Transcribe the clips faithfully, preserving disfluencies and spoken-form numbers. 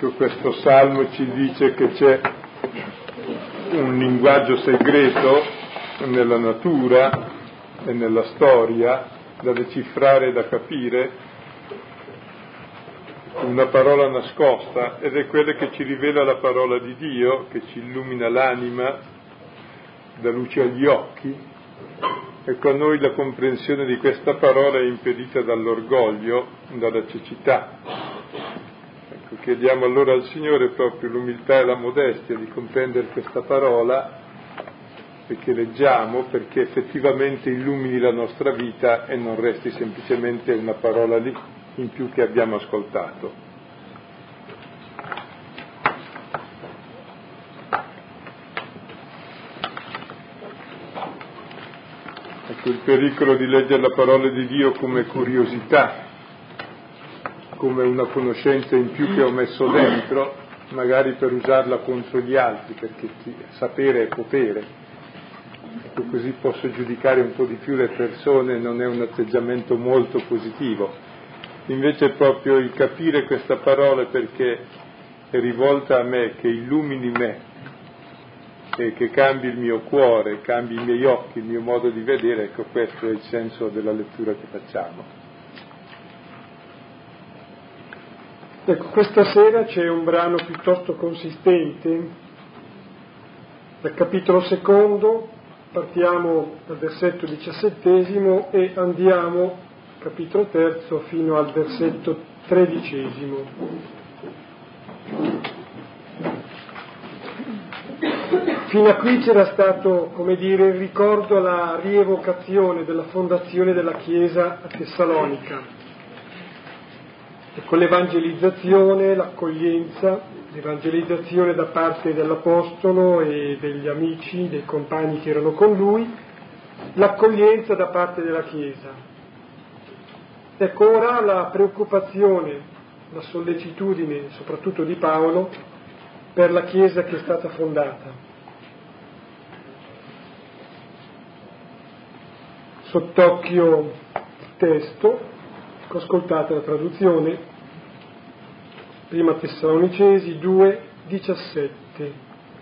Ecco, questo salmo ci dice che c'è un linguaggio segreto nella natura e nella storia da decifrare e da capire, una parola nascosta, ed è quella che ci rivela la parola di Dio, che ci illumina l'anima, dà luce agli occhi. Ecco, a noi la comprensione di questa parola è impedita dall'orgoglio, dalla cecità. Ecco, chiediamo allora al Signore proprio l'umiltà e la modestia di comprendere questa parola e che leggiamo, perché effettivamente illumini la nostra vita e non resti semplicemente una parola lì in più che abbiamo ascoltato. Ecco, il pericolo di leggere la parola di Dio come curiosità, come una conoscenza in più che ho messo dentro, magari per usarla contro gli altri, perché sapere è potere. Ecco, così posso giudicare un po' di più le persone, non è un atteggiamento molto positivo. Invece è proprio il capire questa parola perché è rivolta a me, che illumini me e che cambi il mio cuore, cambi i miei occhi, il mio modo di vedere. Ecco, questo è il senso della lettura che facciamo. Ecco, questa sera c'è un brano piuttosto consistente, dal capitolo secondo, partiamo dal versetto diciassettesimo e andiamo capitolo terzo fino al versetto tredicesimo. Fino a qui c'era stato, come dire, il ricordo alla rievocazione della fondazione della Chiesa a Tessalonica, e con l'evangelizzazione, l'accoglienza, l'evangelizzazione da parte dell'Apostolo e degli amici, dei compagni che erano con lui, l'accoglienza da parte della Chiesa. Ecco, ora la preoccupazione, la sollecitudine, soprattutto di Paolo, per la Chiesa che è stata fondata. Sott'occhio il testo, ascoltate la traduzione, prima Tessalonicesi due, diciassette.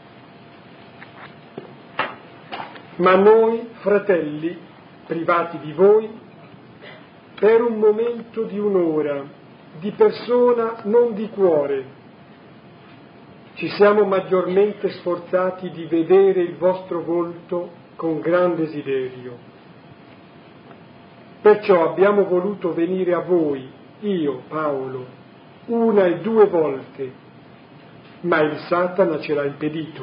Ma noi, fratelli, privati di voi, per un momento di un'ora, di persona, non di cuore, ci siamo maggiormente sforzati di vedere il vostro volto con gran desiderio. Perciò abbiamo voluto venire a voi, io, Paolo, una e due volte, ma il Satana ce l'ha impedito.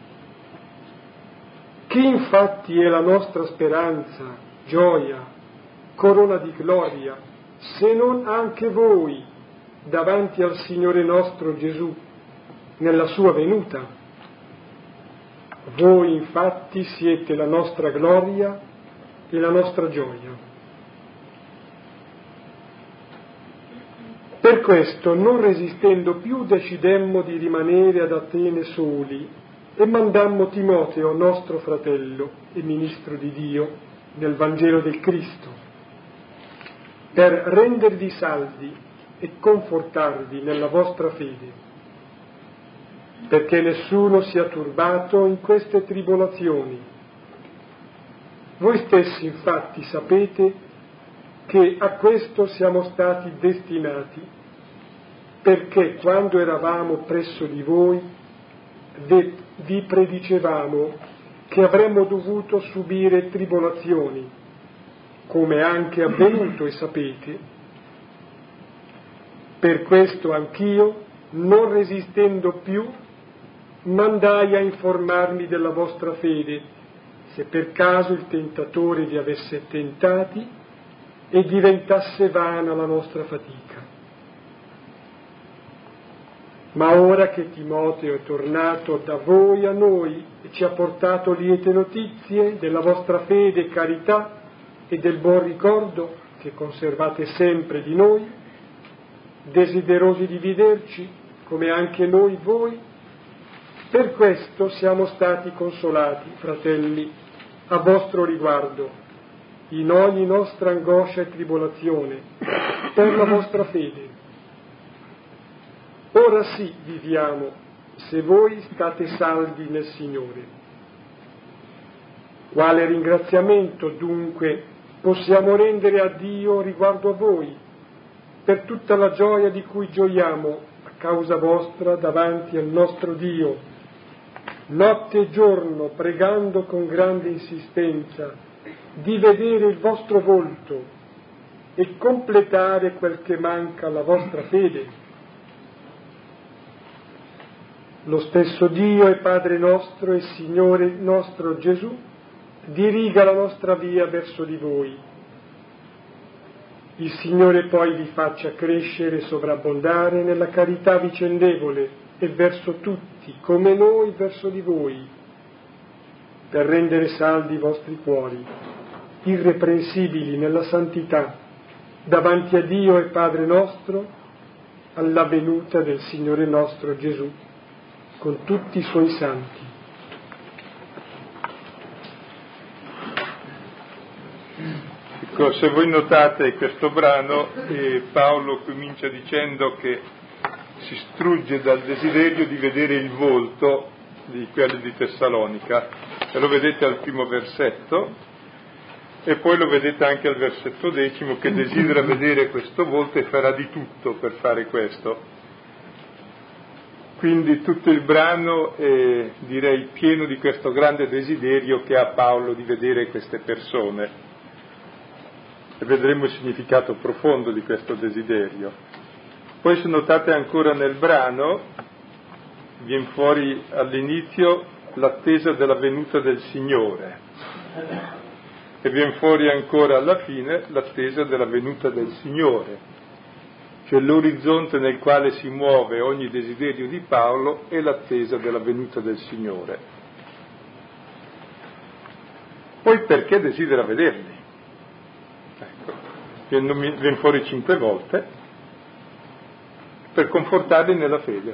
Chi infatti è la nostra speranza, gioia, corona di gloria, se non anche voi davanti al Signore nostro Gesù nella sua venuta? Voi infatti siete la nostra gloria e la nostra gioia. Per questo, non resistendo più, decidemmo di rimanere ad Atene soli e mandammo Timoteo, nostro fratello e ministro di Dio, nel Vangelo del Cristo, per rendervi saldi e confortarvi nella vostra fede, perché nessuno sia turbato in queste tribolazioni. Voi stessi infatti sapete che a questo siamo stati destinati, perché quando eravamo presso di voi vi predicevamo che avremmo dovuto subire tribolazioni, come anche avvenuto e sapete. Per questo anch'io, non resistendo più, mandai a informarmi della vostra fede, se per caso il tentatore vi avesse tentati e diventasse vana la nostra fatica. Ma ora che Timoteo è tornato da voi a noi e ci ha portato liete notizie della vostra fede e carità e del buon ricordo che conservate sempre di noi, desiderosi di vederci, come anche noi voi, per questo siamo stati consolati, fratelli, a vostro riguardo, in ogni nostra angoscia e tribolazione, per la vostra fede. Ora ora sì viviamo, se voi state saldi nel Signore. Quale ringraziamento dunque possiamo rendere a Dio riguardo a voi, per tutta la gioia di cui gioiamo a causa vostra davanti al nostro Dio, notte e giorno pregando con grande insistenza di vedere il vostro volto e completare quel che manca alla vostra fede? Lo stesso Dio e Padre nostro e Signore nostro Gesù diriga la nostra via verso di voi. Il Signore poi vi faccia crescere e sovrabbondare nella carità vicendevole e verso tutti, come noi verso di voi, per rendere saldi i vostri cuori, irreprensibili nella santità, davanti a Dio e Padre nostro, alla venuta del Signore nostro Gesù, con tutti i suoi santi. Ecco, se voi notate questo brano, eh, Paolo comincia dicendo che si strugge dal desiderio di vedere il volto di quelli di Tessalonica, e lo vedete al primo versetto, e poi lo vedete anche al versetto decimo, che desidera vedere questo volto e farà di tutto per fare questo. Quindi tutto il brano è, direi, pieno di questo grande desiderio che ha Paolo di vedere queste persone. E vedremo il significato profondo di questo desiderio. Poi, se notate ancora nel brano, viene fuori all'inizio l'attesa della venuta del Signore, e viene fuori ancora alla fine l'attesa della venuta del Signore, cioè l'orizzonte nel quale si muove ogni desiderio di Paolo è l'attesa della venuta del Signore. Poi perché desidera vederli? Ecco, viene fuori cinque volte, per confortarli nella fede.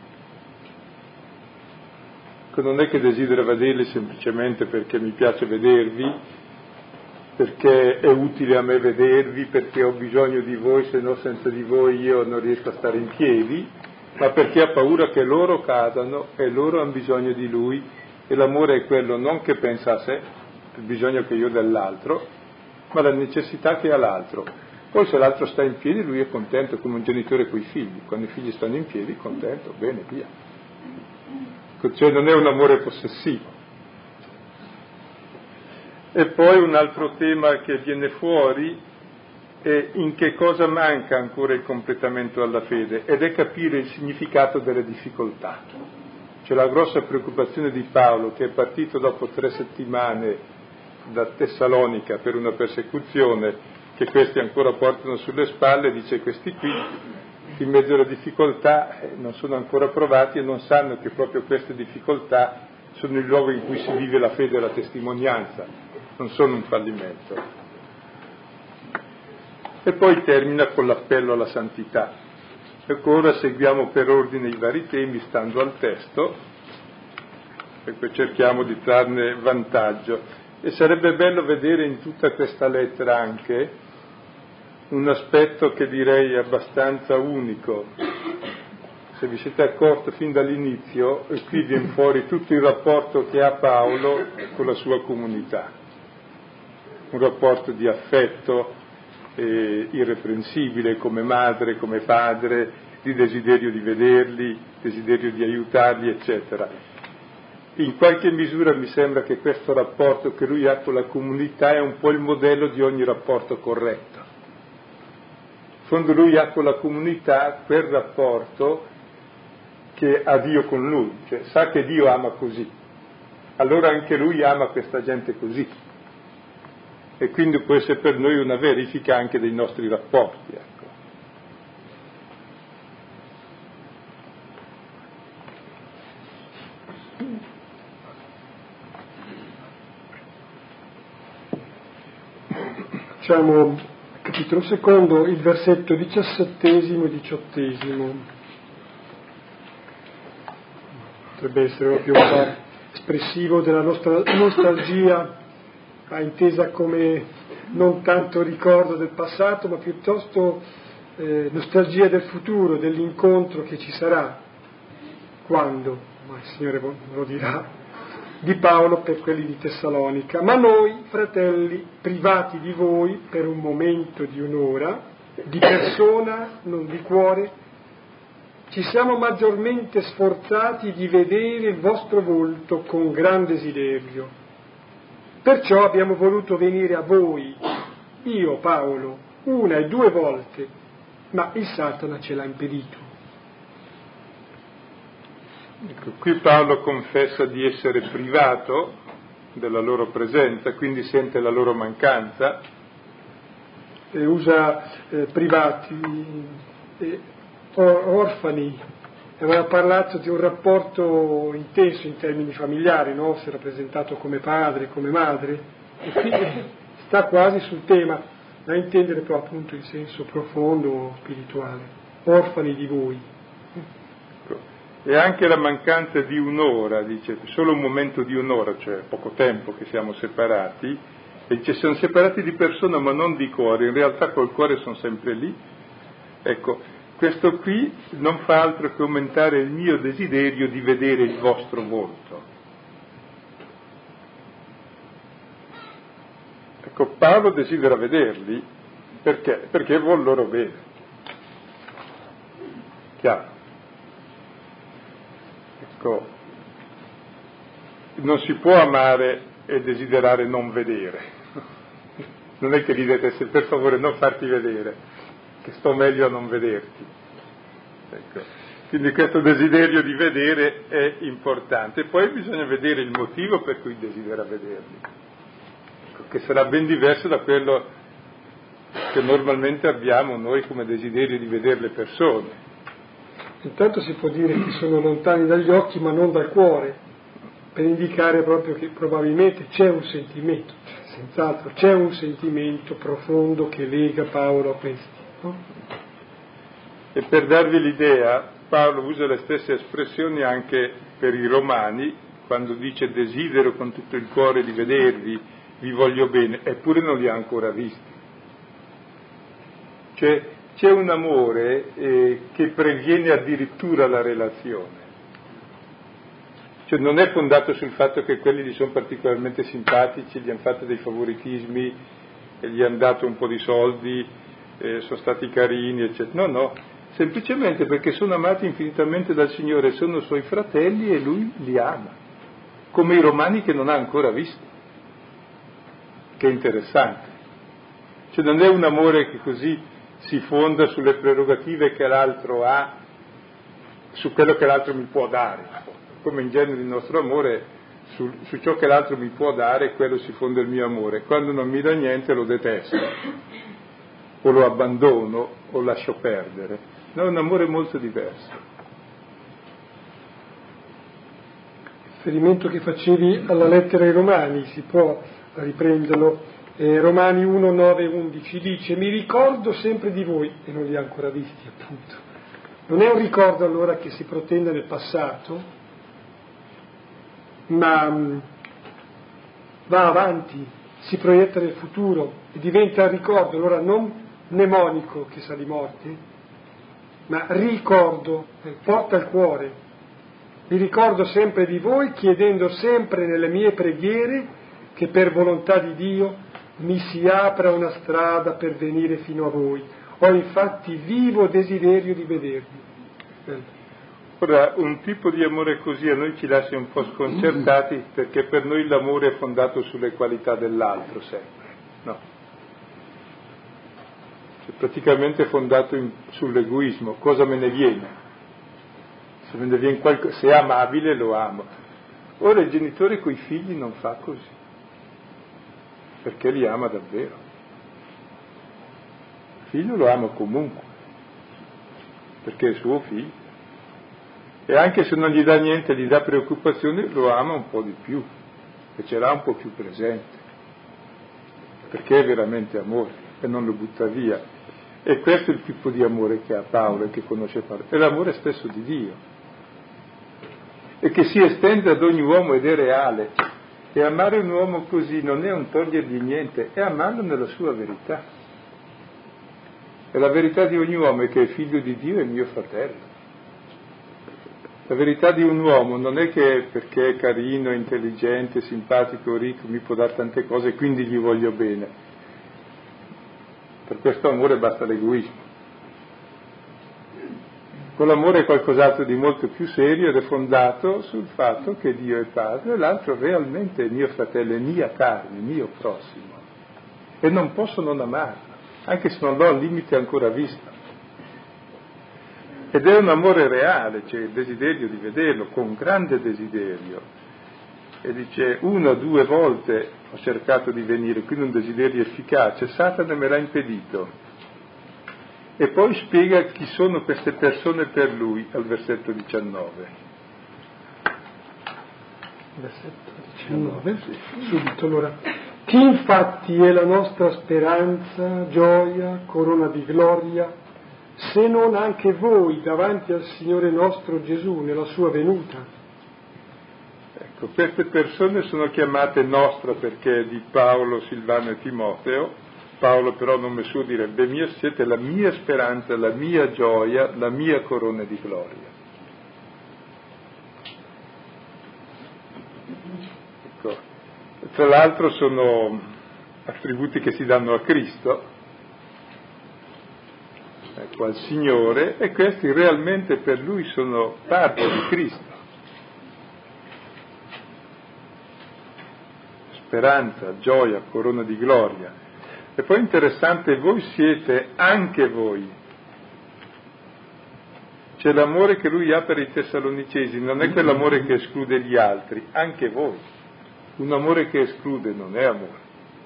Ecco, non è che desidera vederli semplicemente perché mi piace vedervi, perché è utile a me vedervi, perché ho bisogno di voi, se no senza di voi io non riesco a stare in piedi, ma perché ha paura che loro cadano e loro hanno bisogno di lui, e l'amore è quello non che pensa a sé, il bisogno che io ho dell'altro, ma la necessità che ha l'altro. Poi se l'altro sta in piedi lui è contento, come un genitore coi figli, quando i figli stanno in piedi contento, bene, via. Cioè non è un amore possessivo. E poi un altro tema che viene fuori è in che cosa manca ancora il completamento alla fede, ed è capire il significato delle difficoltà. C'è la grossa preoccupazione di Paolo, che è partito dopo tre settimane da Tessalonica per una persecuzione che questi ancora portano sulle spalle, dice: questi qui in mezzo alle difficoltà eh, non sono ancora provati e non sanno che proprio queste difficoltà sono il luogo in cui si vive la fede e la testimonianza, non sono un fallimento. E poi termina con l'appello alla santità. Ecco, ora seguiamo per ordine i vari temi stando al testo, e poi cerchiamo di trarne vantaggio. E sarebbe bello vedere in tutta questa lettera anche un aspetto che direi abbastanza unico. Se vi siete accorti fin dall'inizio, qui viene fuori tutto il rapporto che ha Paolo con la sua comunità, un rapporto di affetto eh, irreprensibile come madre, come padre, di desiderio di vederli, desiderio di aiutarli, eccetera. In qualche misura mi sembra che questo rapporto che lui ha con la comunità è un po' il modello di ogni rapporto corretto. In fondo lui ha con la comunità quel rapporto che ha Dio con lui, cioè sa che Dio ama così, allora anche lui ama questa gente così, e quindi può essere per noi una verifica anche dei nostri rapporti, ecco. Facciamo capitolo secondo, il versetto diciassettesimo e diciottesimo. Potrebbe essere proprio un po' espressivo della nostra nostalgia, intesa come non tanto ricordo del passato, ma piuttosto eh, nostalgia del futuro, dell'incontro che ci sarà, quando, ma il Signore lo dirà, di Paolo per quelli di Tessalonica. Ma noi, fratelli, privati di voi per un momento di un'ora, di persona, non di cuore, ci siamo maggiormente sforzati di vedere il vostro volto con gran desiderio. Perciò abbiamo voluto venire a voi, io Paolo, una e due volte, ma il Satana ce l'ha impedito. Ecco, qui Paolo confessa di essere privato della loro presenza, quindi sente la loro mancanza. E usa eh, privati, eh, or- orfani, aveva parlato di un rapporto intenso in termini familiari, no? Si era presentato come padre, come madre, e qui sta quasi sul tema, da intendere però appunto in senso profondo, spirituale, orfani di voi. E anche la mancanza di un'ora, dice, solo un momento di un'ora, cioè poco tempo che siamo separati, e dice siamo separati di persona ma non di cuore, in realtà col cuore sono sempre lì. Ecco, questo qui non fa altro che aumentare il mio desiderio di vedere il vostro volto. Ecco, Paolo desidera vederli, perché? Perché vuol loro bene. Chiaro? Ecco, non si può amare e desiderare non vedere. Non è che gli dite per favore non farti vedere, che sto meglio a non vederti. Ecco. Quindi questo desiderio di vedere è importante. Poi bisogna vedere il motivo per cui desidera vederli, ecco, che sarà ben diverso da quello che normalmente abbiamo noi come desiderio di vedere le persone. Intanto si può dire che sono lontani dagli occhi ma non dal cuore, per indicare proprio che probabilmente c'è un sentimento, senz'altro c'è un sentimento profondo che lega Paolo a questi, no? E per darvi l'idea, Paolo usa le stesse espressioni anche per i Romani, quando dice desidero con tutto il cuore di vedervi, vi voglio bene, eppure non li ha ancora visti. Cioè c'è un amore eh, che previene addirittura la relazione. Cioè non è fondato sul fatto che quelli gli sono particolarmente simpatici, gli hanno fatto dei favoritismi, e gli hanno dato un po' di soldi, eh, sono stati carini, eccetera. No, no, semplicemente perché sono amati infinitamente dal Signore, sono suoi fratelli e Lui li ama, come i Romani che non ha ancora visto. Che interessante. Cioè non è un amore che così si fonda sulle prerogative che l'altro ha, su quello che l'altro mi può dare, come in genere il nostro amore su, su ciò che l'altro mi può dare, quello si fonda il mio amore. Quando non mi dà niente lo detesto, o lo abbandono o lascio perdere. No, è un amore molto diverso. Il riferimento che facevi alla lettera ai Romani si può riprenderlo. Eh, Romani uno, nove, undici dice mi ricordo sempre di voi, e non li ha ancora visti appunto. Non è un ricordo allora che si protende nel passato, ma mh, va avanti, si proietta nel futuro e diventa il ricordo, allora non mnemonico che sa di morte, ma ricordo, eh, porta al cuore. Mi ricordo sempre di voi, chiedendo sempre nelle mie preghiere che per volontà di Dio mi si apra una strada per venire fino a voi. Ho infatti vivo desiderio di vedervi. Ora, un tipo di amore così a noi ci lascia un po' sconcertati, perché per noi l'amore è fondato sulle qualità dell'altro sempre, no? È praticamente fondato in, sull'egoismo, cosa me ne viene? Se me ne viene qualcosa, se è amabile lo amo. Ora il genitore coi figli non fa così, perché li ama davvero. Il figlio lo ama comunque, perché è suo figlio. E anche se non gli dà niente, gli dà preoccupazioni, lo ama un po' di più, e ce l'ha un po' più presente, perché è veramente amore e non lo butta via. E questo è il tipo di amore che ha Paolo e che conosce Paolo, è l'amore stesso di Dio, e che si estende ad ogni uomo ed è reale. E amare un uomo così non è un togliergli niente, è amarlo nella sua verità. E la verità di ogni uomo è che il figlio di Dio è mio fratello. La verità di un uomo non è che perché è carino, intelligente, simpatico, ricco, mi può dare tante cose e quindi gli voglio bene. Per questo amore basta l'egoismo. Con l'amore è qualcos'altro di molto più serio ed è fondato sul fatto che Dio è padre e l'altro realmente è mio fratello, è mia carne, mio prossimo. E non posso non amarlo, anche se non l'ho al limite ancora visto. Ed è un amore reale, c'è il desiderio di vederlo, con grande desiderio. E dice, una o due volte ho cercato di venire, quindi un desiderio efficace, Satana me l'ha impedito. E poi spiega chi sono queste persone per lui, al versetto diciannove. Versetto diciannove, sì. Subito allora. Chi infatti è la nostra speranza, gioia, corona di gloria, se non anche voi davanti al Signore nostro Gesù nella sua venuta? Ecco, queste persone sono chiamate nostra perché è di Paolo, Silvano e Timoteo. Paolo però a nome suo direbbe, mia, siete la mia speranza, la mia gioia, la mia corona di gloria. Ecco. Tra l'altro sono attributi che si danno a Cristo, ecco, al Signore, e questi realmente per Lui sono parte di Cristo. Speranza, gioia, corona di gloria. E poi interessante, voi siete anche voi. C'è l'amore che Lui ha per i Tessalonicesi, non è quell'amore che esclude gli altri, anche voi. Un amore che esclude non è amore.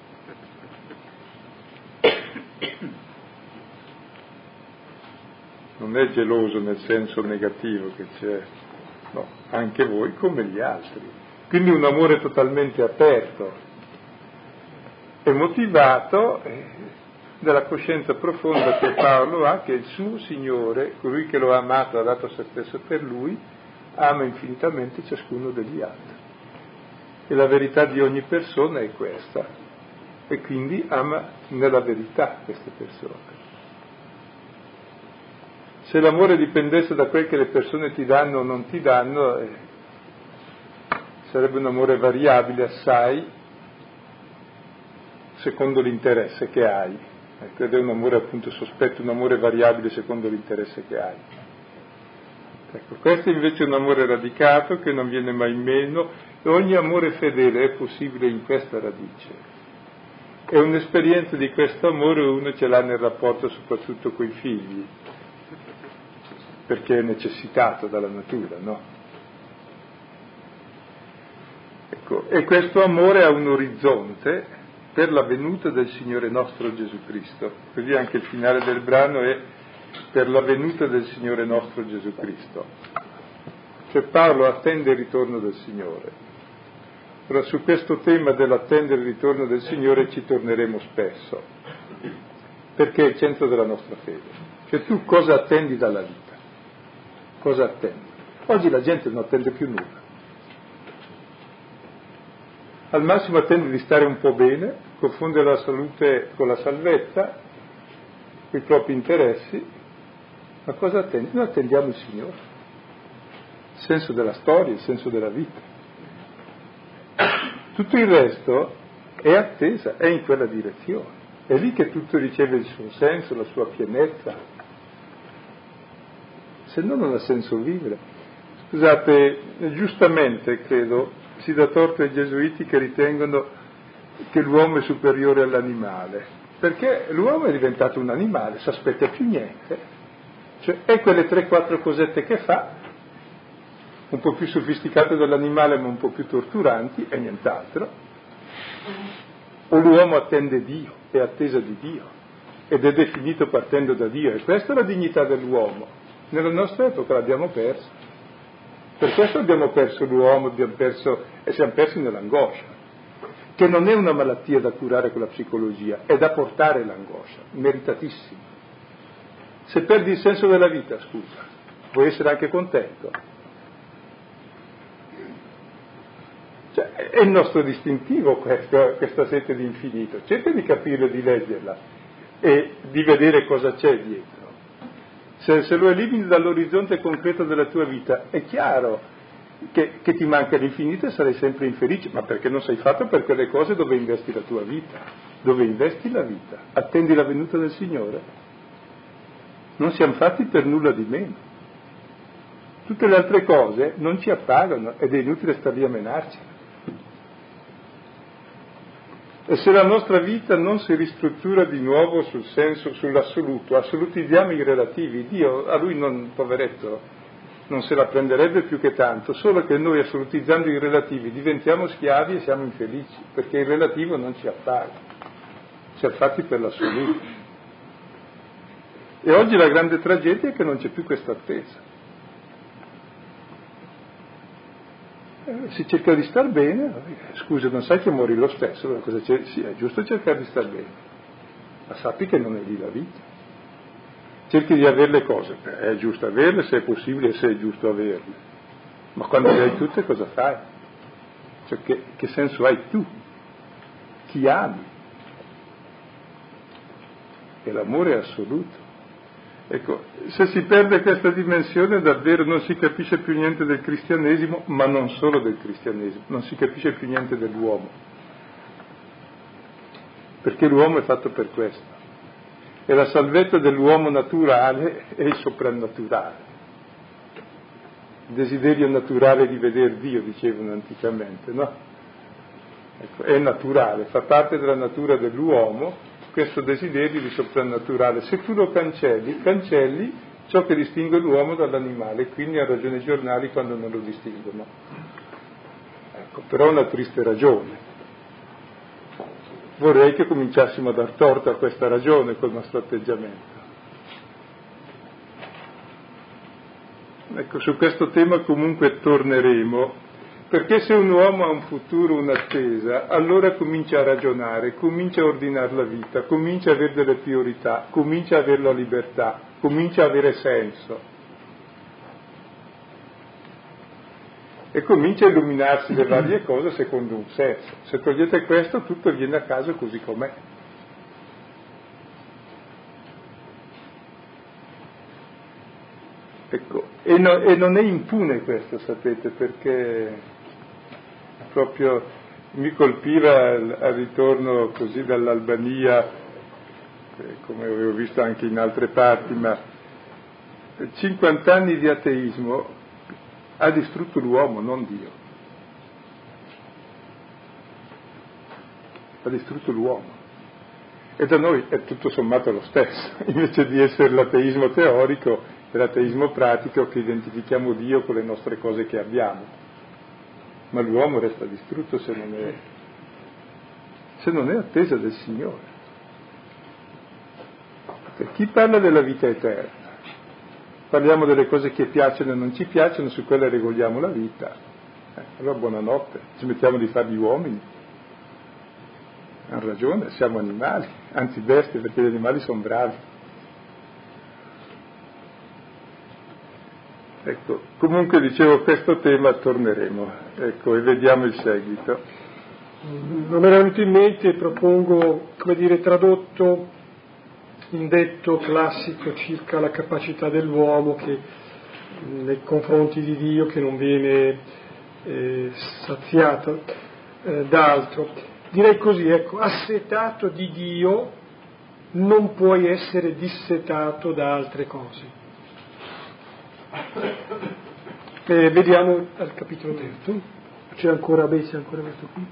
Non è geloso nel senso negativo che c'è, no, anche voi come gli altri. Quindi un amore totalmente aperto e motivato dalla coscienza profonda che Paolo ha che il suo Signore, colui che lo ha amato, ha dato se stesso per lui, ama infinitamente ciascuno degli altri. E la verità di ogni persona è questa, e quindi ama nella verità queste persone. Se l'amore dipendesse da quel che le persone ti danno o non ti danno, eh, sarebbe un amore variabile assai, secondo l'interesse che hai. Ecco, ed è un amore appunto sospetto, un amore variabile secondo l'interesse che hai. Ecco, questo invece è un amore radicato che non viene mai meno, e ogni amore fedele è possibile in questa radice. E un'esperienza di questo amore uno ce l'ha nel rapporto soprattutto coi figli, perché è necessitato dalla natura, no? Ecco, e questo amore ha un orizzonte per la venuta del Signore nostro Gesù Cristo. Così anche il finale del brano è per la venuta del Signore nostro Gesù Cristo. Cioè Paolo attende il ritorno del Signore. Ora su questo tema dell'attendere il ritorno del Signore ci torneremo spesso, perché è il centro della nostra fede. Cioè tu cosa attendi dalla vita? Cosa attendi? Oggi la gente non attende più nulla. Al massimo attende di stare un po' bene, confonde la salute con la salvezza, con i propri interessi, ma cosa attendi? Noi attendiamo il Signore, il senso della storia, il senso della vita. Tutto il resto è attesa, è in quella direzione, è lì che tutto riceve il suo senso, la sua pienezza, se no non ha senso vivere. Scusate, giustamente credo si dà torto ai gesuiti che ritengono che l'uomo è superiore all'animale, perché l'uomo è diventato un animale, si aspetta più niente, cioè è quelle tre quattro cosette che fa, un po' più sofisticate dell'animale ma un po' più torturanti e nient'altro. O l'uomo attende Dio, è attesa di Dio ed è definito partendo da Dio, e questa è la dignità dell'uomo. Nella nostra epoca l'abbiamo persa. Per questo abbiamo perso l'uomo, abbiamo perso, e siamo persi nell'angoscia, che non è una malattia da curare con la psicologia, è da portare l'angoscia, meritatissima. Se perdi il senso della vita, scusa, puoi essere anche contento. Cioè, è il nostro distintivo questo, questa sete di infinito, cerca di capirla e di leggerla, e di vedere cosa c'è dietro. Se, se lo elimini dall'orizzonte concreto della tua vita, è chiaro che, che ti manca l'infinito e sarai sempre infelice, ma perché non sei fatto per quelle cose dove investi la tua vita, dove investi la vita, attendi la venuta del Signore. Non siamo fatti per nulla di meno. Tutte le altre cose non ci appagano ed è inutile star lì a menarci. E se la nostra vita non si ristruttura di nuovo sul senso, sull'assoluto, assolutizziamo i relativi, Dio a lui non, poveretto, non se la prenderebbe più che tanto, solo che noi assolutizzando i relativi diventiamo schiavi e siamo infelici, perché il relativo non ci appaga, siamo fatti per l'assoluto. E oggi la grande tragedia è che non c'è più questa attesa. Si cerca di star bene, scusa, non sai che muori lo stesso, cosa c'è? Sì, è giusto cercare di star bene, ma sappi che non è lì la vita. Cerchi di avere le cose, è giusto averle se è possibile e se è giusto averle, ma quando le hai tutte cosa fai? Cioè, che, che senso hai tu? Chi ami? E l'amore è assoluto. Ecco, se si perde questa dimensione davvero non si capisce più niente del cristianesimo, ma non solo del cristianesimo, non si capisce più niente dell'uomo, perché l'uomo è fatto per questo, e la salvezza dell'uomo naturale è il soprannaturale, il desiderio naturale di veder Dio, dicevano anticamente, no? Ecco, è naturale, fa parte della natura dell'uomo, questo desiderio di soprannaturale. Se tu lo cancelli, cancelli ciò che distingue l'uomo dall'animale, quindi ha ragione i giornali quando non lo distinguono. Ecco, però una triste ragione. Vorrei che cominciassimo a dar torto a questa ragione col nostro atteggiamento. Ecco, su questo tema comunque torneremo, perché se un uomo ha un futuro, un'attesa, allora comincia a ragionare, comincia a ordinare la vita, comincia a avere delle priorità, comincia a avere la libertà, comincia a avere senso. E comincia a illuminarsi le varie cose secondo un senso. Se togliete questo, tutto viene a caso così com'è. Ecco, e, no, e non è impune questo, sapete, perché proprio mi colpiva al, al ritorno così dall'Albania, eh, come avevo visto anche in altre parti, ma cinquanta anni di ateismo ha distrutto l'uomo, non Dio. Ha distrutto l'uomo. E da noi è tutto sommato lo stesso, invece di essere l'ateismo teorico, è l'ateismo pratico che identifichiamo Dio con le nostre cose che abbiamo. Ma l'uomo resta distrutto se non è, se non è attesa del Signore. Per chi parla della vita eterna, parliamo delle cose che piacciono e non ci piacciono, su quelle regoliamo la vita. Eh, allora buonanotte, ci mettiamo di fare gli uomini. Hanno ragione, siamo animali, anzi bestie, perché gli animali sono bravi. Ecco, comunque dicevo, questo tema torneremo, ecco, e vediamo il seguito. Non mi era venuto in mente e propongo, come dire, tradotto un detto classico circa la capacità dell'uomo che nei confronti di Dio che non viene eh, saziato eh, da altro. Direi così, ecco, assetato di Dio non puoi essere dissetato da altre cose. Eh, vediamo al capitolo terzo, c'è ancora, beh, c'è ancora questo qui,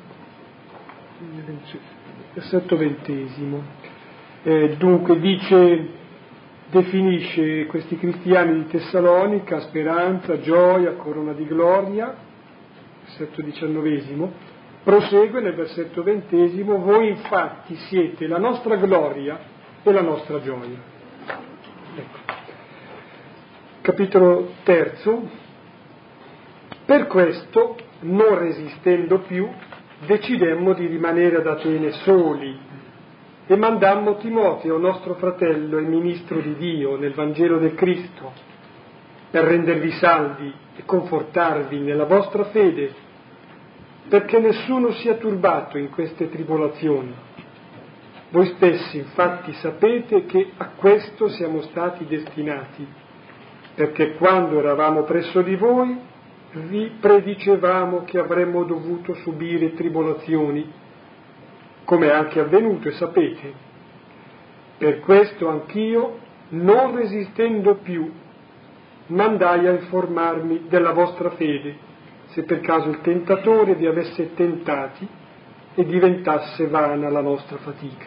versetto ventesimo. Eh, dunque dice, definisce questi cristiani di Tessalonica, speranza, gioia, corona di gloria, versetto diciannovesimo, prosegue nel versetto ventesimo, voi infatti siete la nostra gloria e la nostra gioia. Ecco. Capitolo terzo, per questo, non resistendo più, decidemmo di rimanere ad Atene soli e mandammo Timoteo, nostro fratello e ministro di Dio nel Vangelo del Cristo, per rendervi saldi e confortarvi nella vostra fede, perché nessuno sia turbato in queste tribolazioni, Voi stessi infatti sapete che a questo siamo stati destinati, perché quando eravamo presso di voi vi predicevamo che avremmo dovuto subire tribolazioni, come è anche avvenuto e sapete. Per questo anch'io, non resistendo più, mandai a informarmi della vostra fede, se per caso il tentatore vi avesse tentati e diventasse vana la nostra fatica.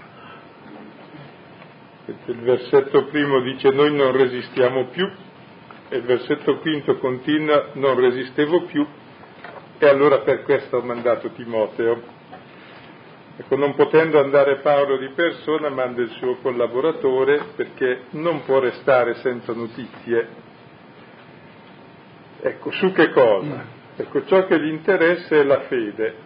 Il versetto primo dice noi non resistiamo più, e il versetto quinto continua non resistevo più, e allora per questo ho mandato Timoteo. Ecco, non potendo andare Paolo di persona, manda il suo collaboratore, perché non può restare senza notizie. Ecco, su che cosa? Ecco, ciò che gli interessa è la fede,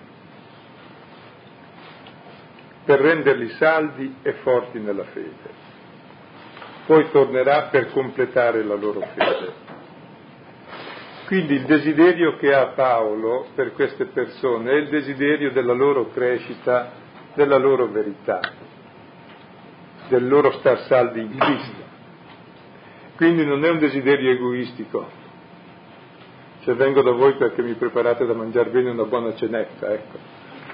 per renderli saldi e forti nella fede. Poi tornerà per completare la loro fede. Quindi il desiderio che ha Paolo per queste persone è il desiderio della loro crescita, della loro verità, del loro star saldi in Cristo. Quindi non è un desiderio egoistico, cioè vengo da voi perché mi preparate da mangiare bene una buona cenetta, ecco,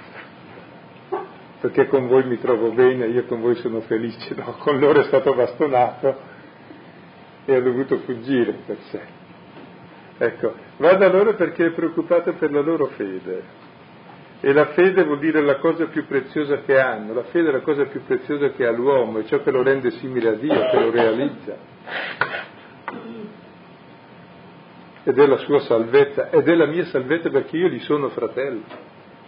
perché con voi mi trovo bene, io con voi sono felice, no, con loro è stato bastonato e ha dovuto fuggire per sé. Ecco, va da loro perché è preoccupato per la loro fede, e la fede vuol dire la cosa più preziosa che hanno, la fede è la cosa più preziosa che ha l'uomo, è ciò che lo rende simile a Dio, che lo realizza, ed è la sua salvezza, ed è la mia salvezza perché io gli sono fratello.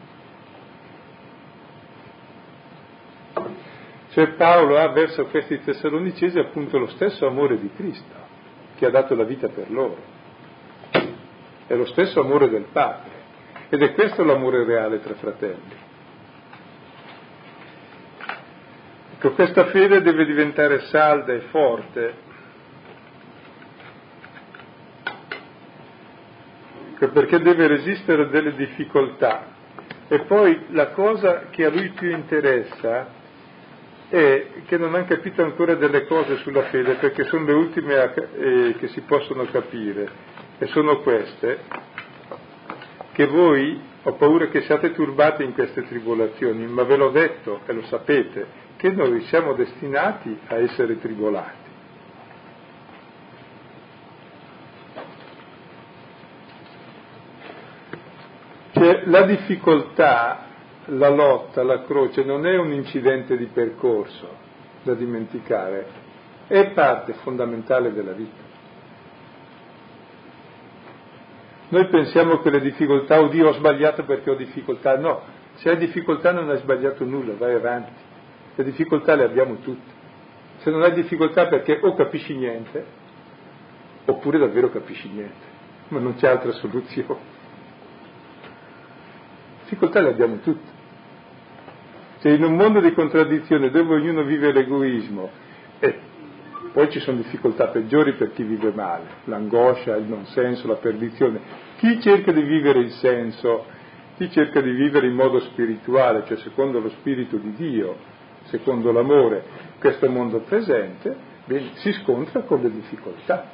Cioè Paolo ha verso questi tessalonicesi appunto lo stesso amore di Cristo, che ha dato la vita per loro, è lo stesso amore del Padre, ed è questo l'amore reale tra fratelli. Ecco, questa fede deve diventare salda e forte, ecco, perché deve resistere a delle difficoltà. E poi la cosa che a lui più interessa è che non hanno capito ancora delle cose sulla fede, perché sono le ultime a, eh, che si possono capire, e sono queste, che voi, ho paura che siate turbati in queste tribolazioni, ma ve l'ho detto e lo sapete, che noi siamo destinati a essere tribolati. Cioè, la difficoltà, la lotta, la croce non è un incidente di percorso da dimenticare, è parte fondamentale della vita. Noi pensiamo che le difficoltà, oddio ho sbagliato perché ho difficoltà, no, se hai difficoltà non hai sbagliato nulla, vai avanti, le difficoltà le abbiamo tutte, se non hai difficoltà perché o capisci niente, oppure davvero capisci niente, ma non c'è altra soluzione. Difficoltà le abbiamo tutte. Cioè, in un mondo di contraddizione dove ognuno vive l'egoismo, e poi ci sono difficoltà peggiori per chi vive male, l'angoscia, il non senso, la perdizione. Chi cerca di vivere il senso, chi cerca di vivere in modo spirituale, cioè secondo lo spirito di Dio, secondo l'amore, questo mondo presente, bene, si scontra con le difficoltà.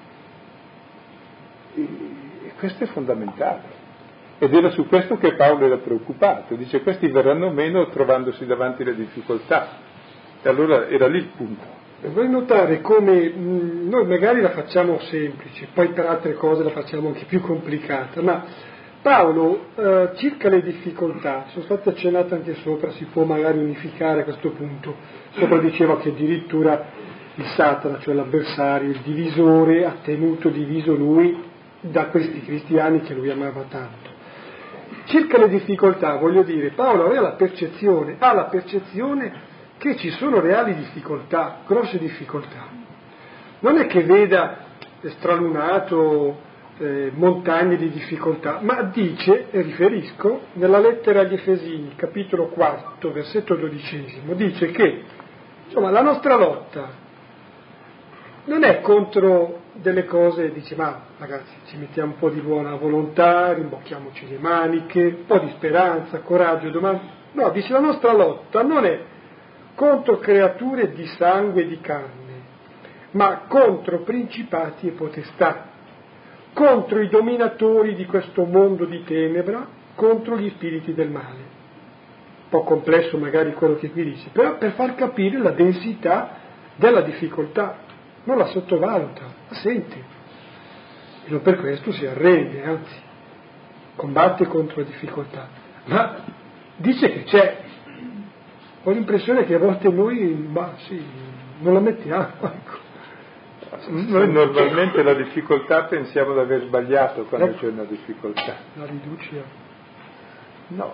E, e questo è fondamentale. Ed era su questo che Paolo era preoccupato, dice questi verranno meno trovandosi davanti alle difficoltà, e allora era lì il punto. Vorrei notare come mh, noi magari la facciamo semplice, poi per altre cose la facciamo anche più complicata, ma Paolo eh, circa le difficoltà, sono state accennate anche sopra, si può magari unificare a questo punto, sopra diceva che addirittura il Satana, cioè l'avversario, il divisore, ha tenuto diviso lui da questi cristiani che lui amava tanto. Circa le difficoltà, voglio dire, Paolo aveva la percezione, ha la percezione che ci sono reali difficoltà, grosse difficoltà. Non è che veda stralunato eh, montagne di difficoltà, ma dice, e riferisco, nella lettera agli Efesini, capitolo quarto, versetto dodicesimo, dice che insomma la nostra lotta non è contro delle cose, dice ma ragazzi ci mettiamo un po' di buona volontà, rimbocchiamoci le maniche, un po' di speranza, coraggio, domani. No, dice la nostra lotta non è contro creature di sangue e di carne, ma contro principati e potestà, contro i dominatori di questo mondo di tenebra, contro gli spiriti del male. Un po' complesso magari quello che qui dice, però per far capire la densità della difficoltà, non la sottovaluta, la sente, e non per questo si arrende, anzi, combatte contro la difficoltà, ma dice che c'è. Ho l'impressione che a volte noi, ma sì, non la mettiamo, ecco. Noi normalmente la difficoltà pensiamo di aver sbagliato quando ecco, c'è una difficoltà. La riduce. No,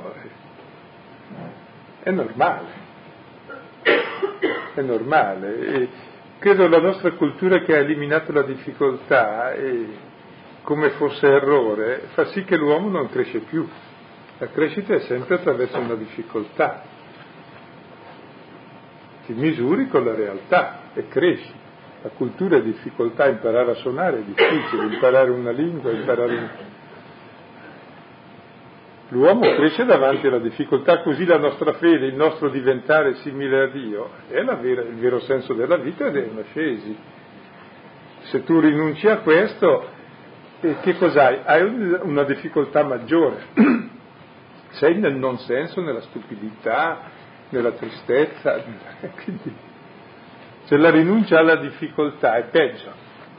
è normale, è normale. E credo la nostra cultura che ha eliminato la difficoltà e come fosse errore fa sì che l'uomo non cresce più. La crescita è sempre attraverso una difficoltà. Ti misuri con la realtà e cresci. La cultura è difficoltà, imparare a suonare è difficile, imparare una lingua, imparare un... L'uomo cresce davanti alla difficoltà, così la nostra fede, il nostro diventare simile a Dio, è la vera, il vero senso della vita ed è un'ascesi. Se tu rinunci a questo, eh, che cos'hai? Hai una difficoltà maggiore. Sei nel non senso, nella stupidità, nella tristezza, quindi se la rinuncia alla difficoltà è peggio.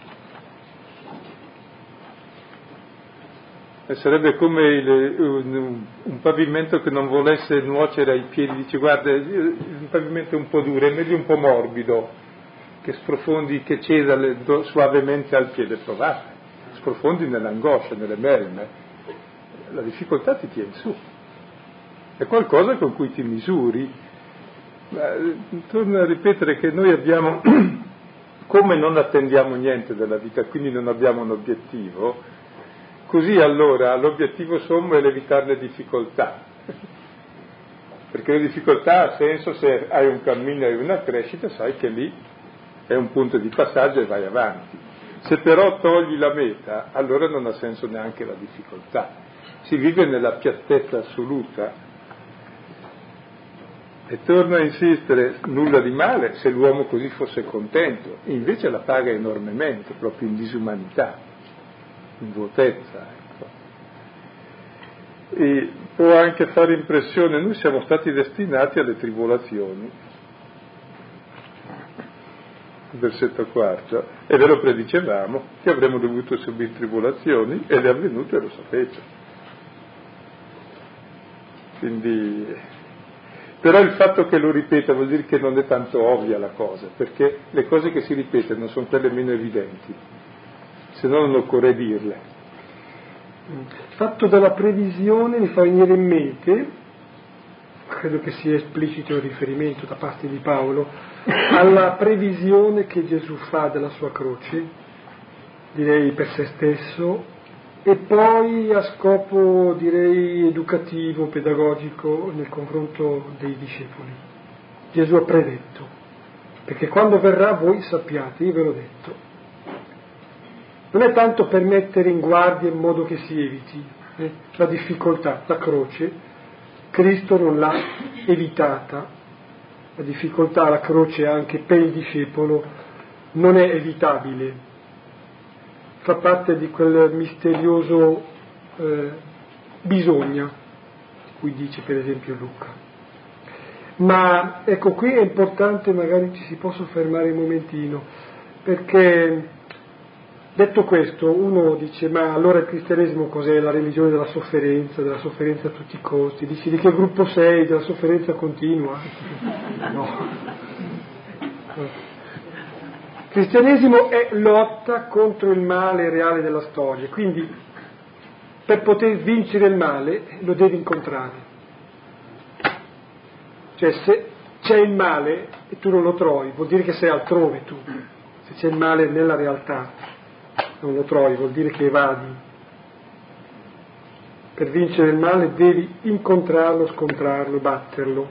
E sarebbe come il, un, un pavimento che non volesse nuocere ai piedi, dice guarda, un pavimento un po' duro, è meglio un po' morbido, che sprofondi, che ceda le, do, suavemente al piede, provate, sprofondi nell'angoscia, nelle melme, la difficoltà ti tiene su, è qualcosa con cui ti misuri. Ma, torno a ripetere che noi abbiamo, come non attendiamo niente dalla vita, quindi non abbiamo un obiettivo, così allora l'obiettivo sommo è evitare le difficoltà, perché le difficoltà ha senso se hai un cammino e una crescita, sai che lì è un punto di passaggio e vai avanti. Se però togli la meta, allora non ha senso neanche la difficoltà, si vive nella piattezza assoluta. E torno a insistere, nulla di male se l'uomo così fosse contento, invece la paga enormemente, proprio in disumanità, in vuotezza. Ecco. E può anche fare impressione, noi siamo stati destinati alle tribolazioni. Versetto quarto, e ve lo predicevamo che avremmo dovuto subire tribolazioni ed è avvenuto e lo sapete. Quindi... Però il fatto che lo ripeta vuol dire che non è tanto ovvia la cosa, perché le cose che si ripetono sono quelle meno evidenti, se no non occorre dirle. Il fatto della previsione mi fa venire in mente, credo che sia esplicito il riferimento da parte di Paolo, alla previsione che Gesù fa della sua croce, direi per se stesso, e poi a scopo, direi, educativo, pedagogico nel confronto dei discepoli. Gesù ha predetto, perché quando verrà voi sappiate, io ve l'ho detto. Non è tanto per mettere in guardia in modo che si eviti eh, la difficoltà, la croce, Cristo non l'ha evitata, la difficoltà, la croce anche per il discepolo non è evitabile. Fa parte di quel misterioso eh, bisogna, di cui dice per esempio Luca. Ma ecco, qui è importante, magari ci si può soffermare un momentino, perché detto questo uno dice ma allora il cristianesimo cos'è? La religione della sofferenza, della sofferenza a tutti i costi. Dici di che gruppo sei? Della sofferenza continua? No. Il cristianesimo è lotta contro il male reale della storia, quindi per poter vincere il male lo devi incontrare. Cioè se c'è il male e tu non lo trovi, vuol dire che sei altrove tu. Se c'è il male nella realtà, non lo trovi, vuol dire che evadi. Per vincere il male devi incontrarlo, scontrarlo, batterlo.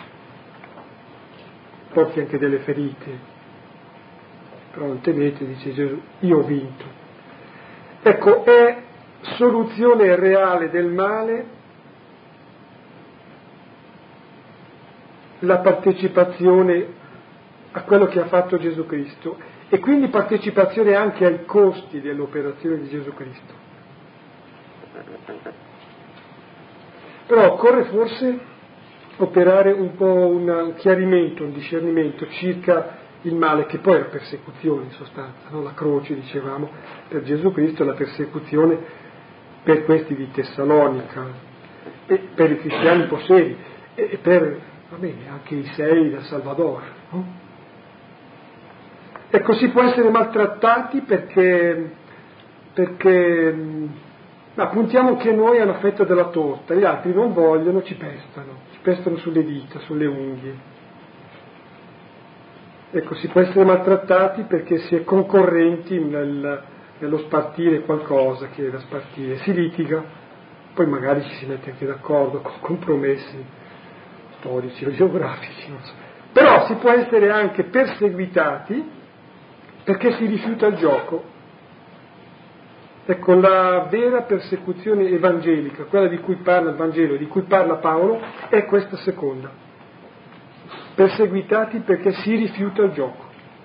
Porti anche delle ferite. Però non temete, dice Gesù, io ho vinto. Ecco, è soluzione reale del male la partecipazione a quello che ha fatto Gesù Cristo e quindi partecipazione anche ai costi dell'operazione di Gesù Cristo. Però occorre forse operare un po' un chiarimento, un discernimento circa il male, che poi è la persecuzione in sostanza, no? La croce, dicevamo, per Gesù Cristo, la persecuzione per questi di Tessalonica, e per i cristiani un po' seri, e per, va bene, anche i sei da Salvador, no? Ecco, si può essere maltrattati perché, perché ma puntiamo che noi alla fetta della torta, gli altri non vogliono, ci pestano, ci pestano sulle dita, sulle unghie. Ecco, si può essere maltrattati perché si è concorrenti nel, nello spartire qualcosa che è da spartire, si litiga, poi magari ci si mette anche d'accordo con compromessi storici o geografici, non so. Però si può essere anche perseguitati perché si rifiuta il gioco. Ecco, la vera persecuzione evangelica, quella di cui parla il Vangelo, di cui parla Paolo, è questa seconda. Perseguitati perché si rifiuta il gioco.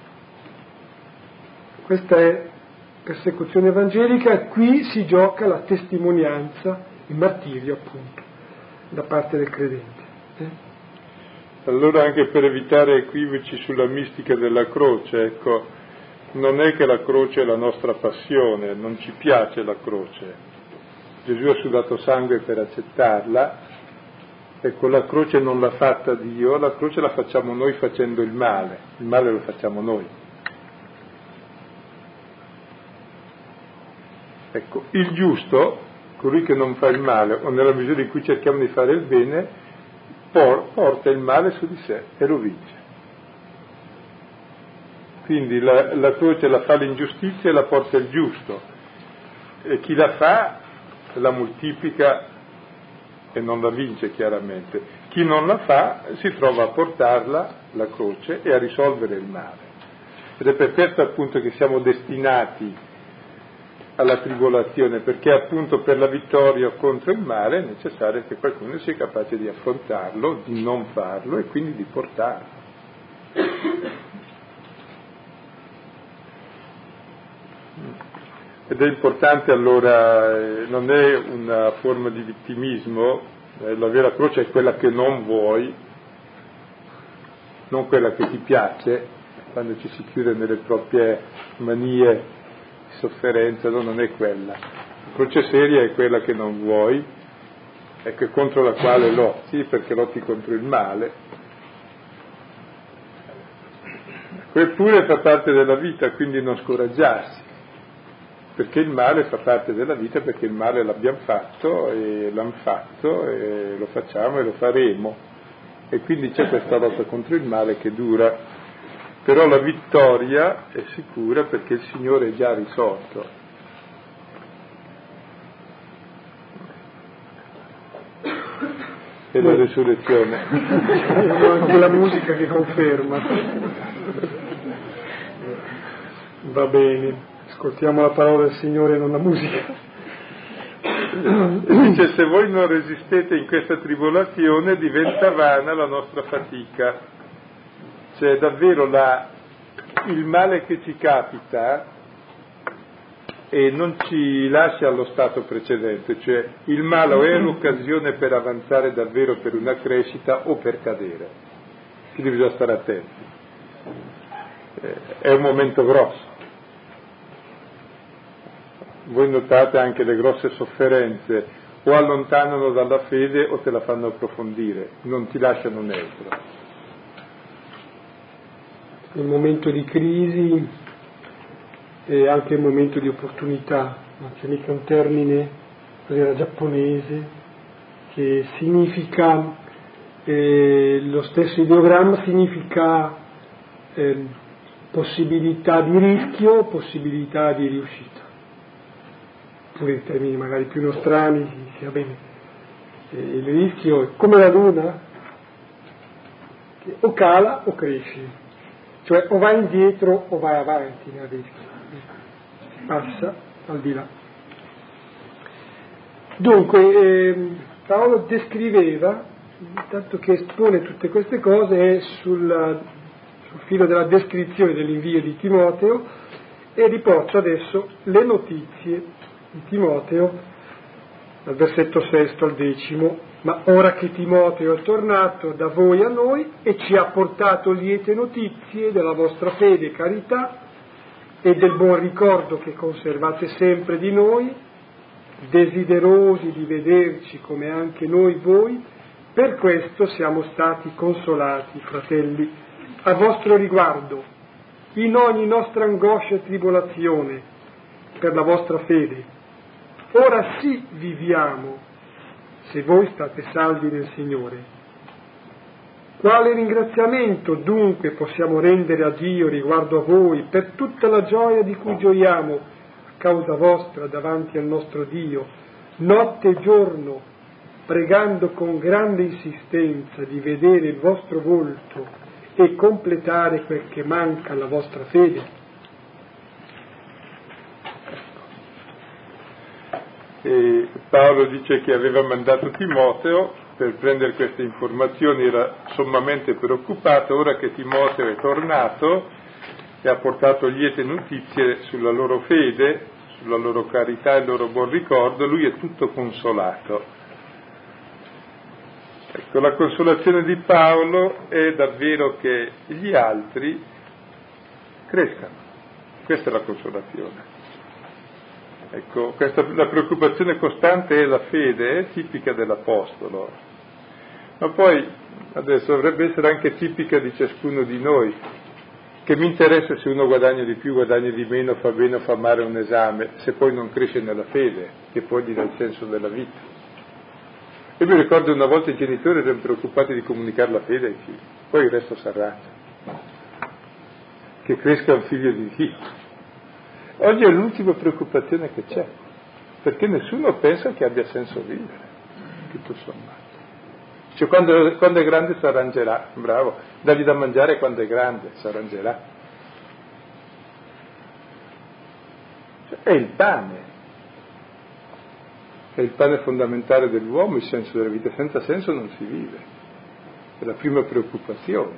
Questa è persecuzione evangelica e qui si gioca la testimonianza, il martirio appunto, da parte del credente. Eh? Allora, anche per evitare equivoci sulla mistica della croce, ecco, non è che la croce è la nostra passione, non ci piace la croce. Gesù ha sudato sangue per accettarla, ecco, la croce non l'ha fatta Dio, la croce la facciamo noi facendo il male, il male lo facciamo noi. Ecco, il giusto, colui che non fa il male, o nella misura in cui cerchiamo di fare il bene, por- porta il male su di sé e lo vince. Quindi la, la croce la fa l'ingiustizia e la porta il giusto, e chi la fa la moltiplica e non la vince chiaramente. Chi non la fa si trova a portarla, la croce, e a risolvere il male. Ed è per questo appunto che siamo destinati alla tribolazione, perché appunto per la vittoria contro il male è necessario che qualcuno sia capace di affrontarlo, di non farlo e quindi di portarlo. Ed è importante allora, eh, non è una forma di vittimismo, eh, la vera croce è quella che non vuoi, non quella che ti piace, quando ci si chiude nelle proprie manie di sofferenza, no, non è quella. La croce seria è quella che non vuoi, e che contro la quale lotti, perché lotti contro il male. Eppure fa parte della vita, quindi non scoraggiarsi. Perché il male fa parte della vita, perché il male l'abbiamo fatto e l'hanno fatto e lo facciamo e lo faremo, e quindi c'è questa lotta contro il male che dura, però la vittoria è sicura perché il Signore è già risolto. E la resurrezione. Anche la musica che conferma. Va bene. Ascoltiamo la parola del Signore e non la musica. Dice: se voi non resistete in questa tribolazione diventa vana la nostra fatica. Cioè davvero la, il male che ci capita e non ci lascia allo stato precedente, cioè il male o è l'occasione per avanzare davvero per una crescita o per cadere, quindi bisogna stare attenti. È un momento grosso. Voi notate anche le grosse sofferenze, o allontanano dalla fede o te la fanno approfondire, non ti lasciano neutro. Il momento di crisi è anche un momento di opportunità, non c'è mica un termine, era giapponese, che significa, eh, lo stesso ideogramma significa eh, possibilità di rischio, possibilità di riuscita. Pure in termini magari più nostrani, sia bene, e il rischio è come la luna, che o cala o cresce, cioè o vai indietro o vai avanti nel rischio, passa al di là. Dunque eh, Paolo descriveva tanto che espone tutte queste cose è sul, sul filo della descrizione dell'invio di Timoteo, e riporto adesso le notizie di Timoteo dal versetto sesto al decimo. Ma ora che Timoteo è tornato da voi a noi e ci ha portato liete notizie della vostra fede e carità e del buon ricordo che conservate sempre di noi, desiderosi di vederci come anche noi voi, per questo siamo stati consolati, fratelli, a vostro riguardo, in ogni nostra angoscia e tribolazione, per la vostra fede. Ora sì viviamo, se voi state saldi nel Signore. Quale ringraziamento dunque possiamo rendere a Dio riguardo a voi per tutta la gioia di cui gioiamo a causa vostra davanti al nostro Dio, notte e giorno, pregando con grande insistenza di vedere il vostro volto e completare quel che manca alla vostra fede? E Paolo dice che aveva mandato Timoteo per prendere queste informazioni, era sommamente preoccupato. Ora che Timoteo è tornato e ha portato liete notizie sulla loro fede, sulla loro carità e il loro buon ricordo, lui è tutto consolato. Ecco, la consolazione di Paolo è davvero che gli altri crescano. Questa è la consolazione. Ecco, questa, la preoccupazione costante è la fede, è tipica dell'Apostolo, ma poi adesso dovrebbe essere anche tipica di ciascuno di noi. Che mi interessa se uno guadagna di più, guadagna di meno, fa bene o fa male un esame, se poi non cresce nella fede, che poi gli dà il senso della vita. Io mi ricordo una volta i genitori erano preoccupati di comunicare la fede ai figli, poi il resto si arrangia, che cresca un figlio di Dio. Oggi è l'ultima preoccupazione che c'è, perché nessuno pensa che abbia senso vivere, tutto sommato. Cioè quando, quando è grande si arrangerà, bravo, dagli da mangiare quando è grande, si arrangerà. Cioè, è il pane, è il pane fondamentale dell'uomo, il senso della vita. Senza senso non si vive, è la prima preoccupazione.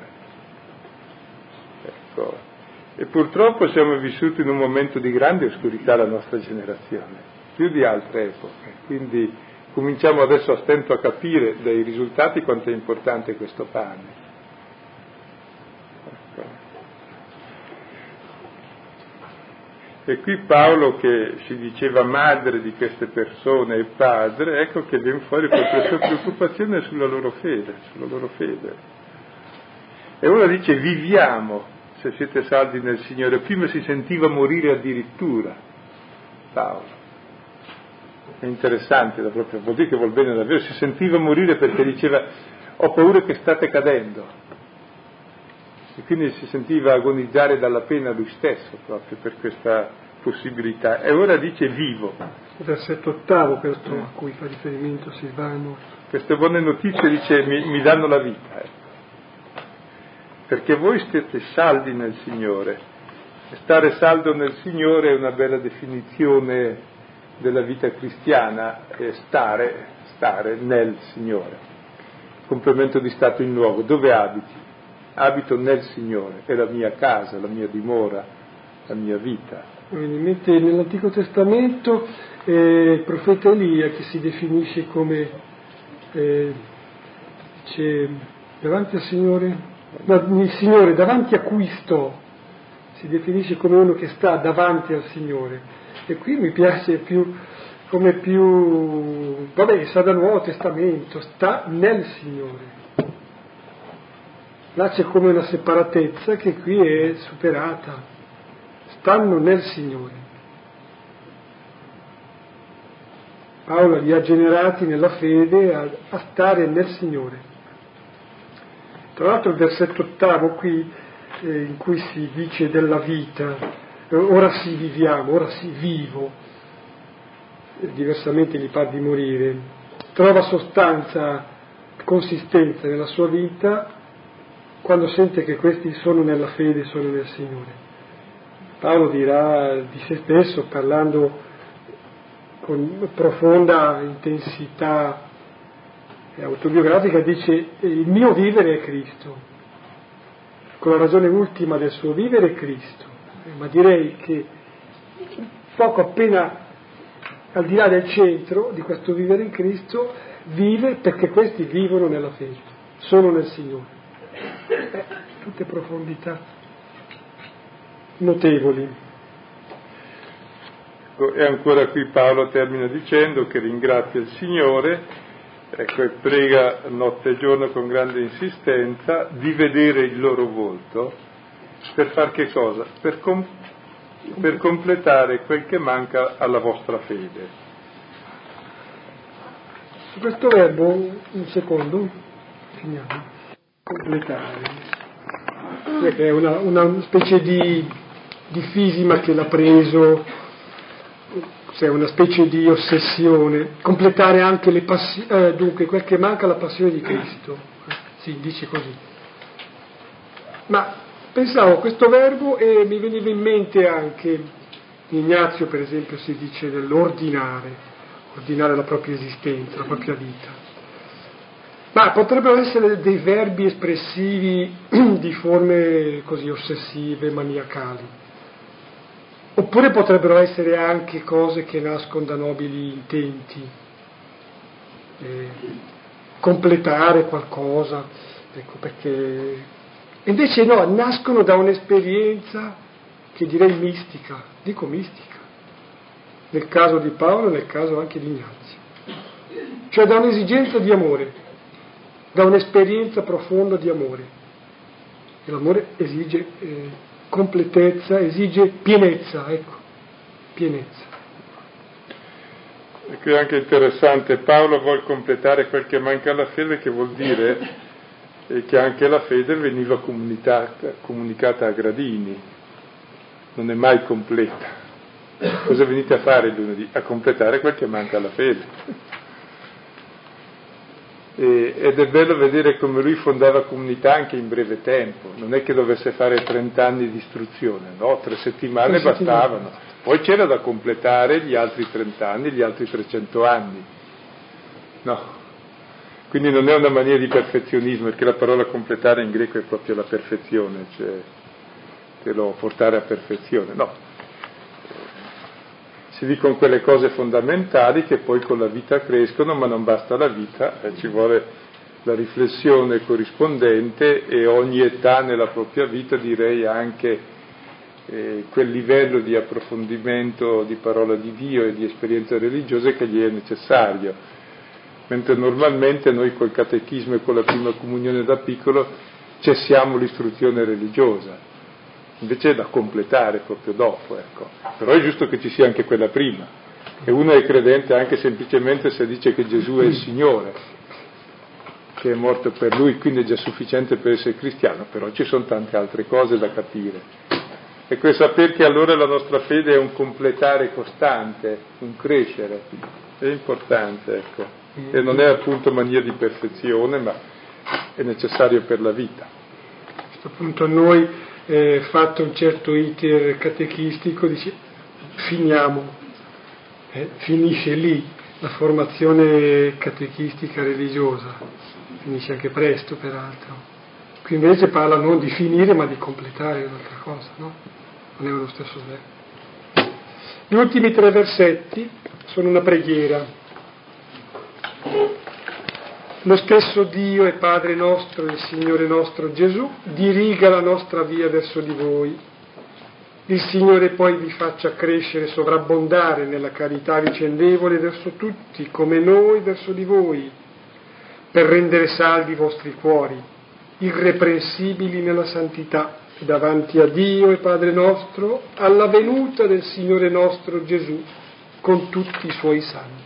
Ecco. E purtroppo siamo vissuti in un momento di grande oscurità, la nostra generazione, più di altre epoche, quindi cominciamo adesso a stento a capire dai risultati quanto è importante questo pane. Ecco. E qui Paolo, che si diceva madre di queste persone e padre, ecco che viene fuori questa sua preoccupazione sulla loro fede, sulla loro fede. E ora dice viviamo, se siete saldi nel Signore. Prima si sentiva morire addirittura, Paolo. È interessante, da proprio, vuol dire che vuol bene davvero, si sentiva morire perché diceva ho paura che state cadendo. E quindi si sentiva agonizzare dalla pena lui stesso, proprio per questa possibilità. E ora dice vivo. Versetto ottavo, questo a cui fa riferimento Silvano. Queste buone notizie, dice, mi, mi danno la vita, ecco. Perché voi siete saldi nel Signore. Stare saldo nel Signore è una bella definizione della vita cristiana, è stare, stare nel Signore. Complemento di stato in luogo. Dove abiti? Abito nel Signore, è la mia casa, la mia dimora, la mia vita. Nell'Antico Testamento eh, il profeta Elia, che si definisce come eh, dice davanti al Signore, no, il Signore davanti a cui sto, si definisce come uno che sta davanti al Signore. E qui mi piace più come più, vabbè, sta dal Nuovo Testamento, sta nel Signore. Là c'è come una separatezza che qui è superata, stanno nel Signore. Paolo li ha generati nella fede a, a stare nel Signore. Tra l'altro il versetto ottavo qui, eh, in cui si dice della vita, eh, ora sì viviamo, ora sì vivo, eh, diversamente gli par di morire, trova sostanza, consistenza nella sua vita quando sente che questi sono nella fede, sono nel Signore. Paolo dirà di se stesso, parlando con profonda intensità autobiografica, dice il mio vivere è Cristo, con la ragione ultima del suo vivere è Cristo, ma direi che poco appena al di là del centro di questo vivere in Cristo, vive perché questi vivono nella fede, sono nel Signore. Eh, tutte profondità notevoli. E ancora qui Paolo termina dicendo che ringrazia il Signore, ecco, e prega notte e giorno con grande insistenza di vedere il loro volto per far che cosa? Per, com- per completare quel che manca alla vostra fede. Questo verbo, un secondo, finiamo, completare, perché è una, una specie di, di fisima che l'ha preso, cioè una specie di ossessione, completare anche le passioni, eh, dunque quel che manca alla passione di Cristo, si dice così. Ma pensavo a questo verbo e mi veniva in mente anche, Ignazio per esempio si dice dell'ordinare, ordinare la propria esistenza, la propria vita. Ma potrebbero essere dei verbi espressivi di forme così ossessive, maniacali. Oppure potrebbero essere anche cose che nascono da nobili intenti, eh, completare qualcosa, ecco perché... Invece no, nascono da un'esperienza che direi mistica, dico mistica, nel caso di Paolo, nel caso anche di Ignazio, cioè da un'esigenza di amore, da un'esperienza profonda di amore. E l'amore esige eh, completezza, esige pienezza, ecco, pienezza. E qui è anche interessante, Paolo vuol completare quel che manca alla fede, che vuol dire che anche la fede veniva comunicata, comunicata a gradini, non è mai completa. Cosa venite a fare il lunedì? A completare quel che manca alla fede. E, ed è bello vedere come lui fondava comunità anche in breve tempo, non è che dovesse fare trent'anni di istruzione, no, tre settimane Tre bastavano, poi c'era da completare gli altri trent'anni, gli altri trecento anni, no, quindi non è una mania di perfezionismo, perché la parola completare in greco è proprio la perfezione, cioè te lo portare a perfezione, no, si dicono quelle cose fondamentali che poi con la vita crescono, ma non basta la vita, eh, ci vuole la riflessione corrispondente e ogni età nella propria vita, direi anche eh, quel livello di approfondimento di parola di Dio e di esperienze religiose che gli è necessario. Mentre normalmente noi col catechismo e con la prima comunione da piccolo cessiamo l'istruzione religiosa. Invece è da completare proprio dopo, ecco. Però è giusto che ci sia anche quella prima, e uno è credente anche semplicemente se dice che Gesù è il Signore, che è morto per lui, quindi è già sufficiente per essere cristiano, però ci sono tante altre cose da capire. Ecco, e sapere che allora la nostra fede è un completare costante, un crescere, è importante, ecco, e non è appunto mania di perfezione, ma è necessario per la vita. A questo punto noi Eh, fatto un certo iter catechistico, dice finiamo, eh, finisce lì la formazione catechistica religiosa, finisce anche presto peraltro. Qui invece parla non di finire ma di completare un'altra cosa, no? Non è lo stesso verbo. Gli ultimi tre versetti sono una preghiera. Lo stesso Dio e Padre nostro, il Signore nostro Gesù, diriga la nostra via verso di voi. Il Signore poi vi faccia crescere e sovrabbondare nella carità vicendevole verso tutti, come noi verso di voi, per rendere saldi i vostri cuori, irreprensibili nella santità, davanti a Dio e Padre nostro, alla venuta del Signore nostro Gesù, con tutti i suoi santi.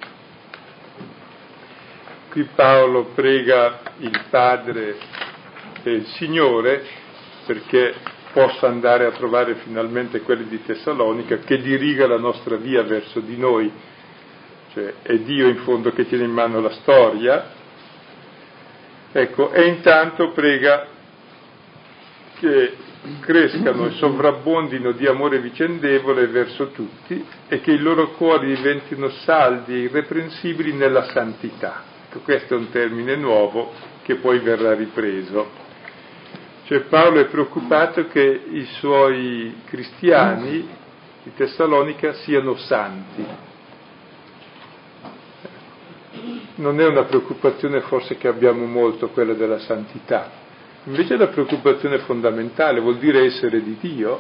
Qui Paolo prega il Padre e il Signore perché possa andare a trovare finalmente quelli di Tessalonica, che diriga la nostra via verso di noi, cioè è Dio in fondo che tiene in mano la storia, ecco, e intanto prega che crescano e sovrabbondino di amore vicendevole verso tutti e che i loro cuori diventino saldi e irreprensibili nella santità. Ecco, questo è un termine nuovo che poi verrà ripreso. Cioè Paolo è preoccupato che i suoi cristiani di Tessalonica siano santi. Non è una preoccupazione forse che abbiamo molto, quella della santità, invece è la preoccupazione fondamentale, vuol dire essere di Dio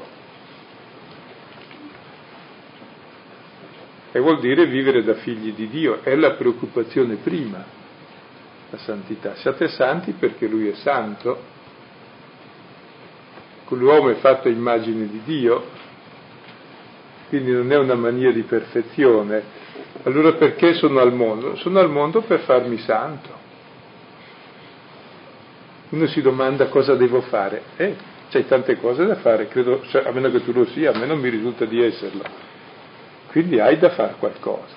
e vuol dire vivere da figli di Dio, è la preoccupazione prima, la santità. Siate santi perché Lui è santo, l'uomo è fatto a immagine di Dio, quindi non è una mania di perfezione. Allora perché sono al mondo? Sono al mondo per farmi santo. Uno si domanda cosa devo fare. Eh, c'hai tante cose da fare, credo, cioè, a meno che tu lo sia, a me non mi risulta di esserlo. Quindi hai da fare qualcosa.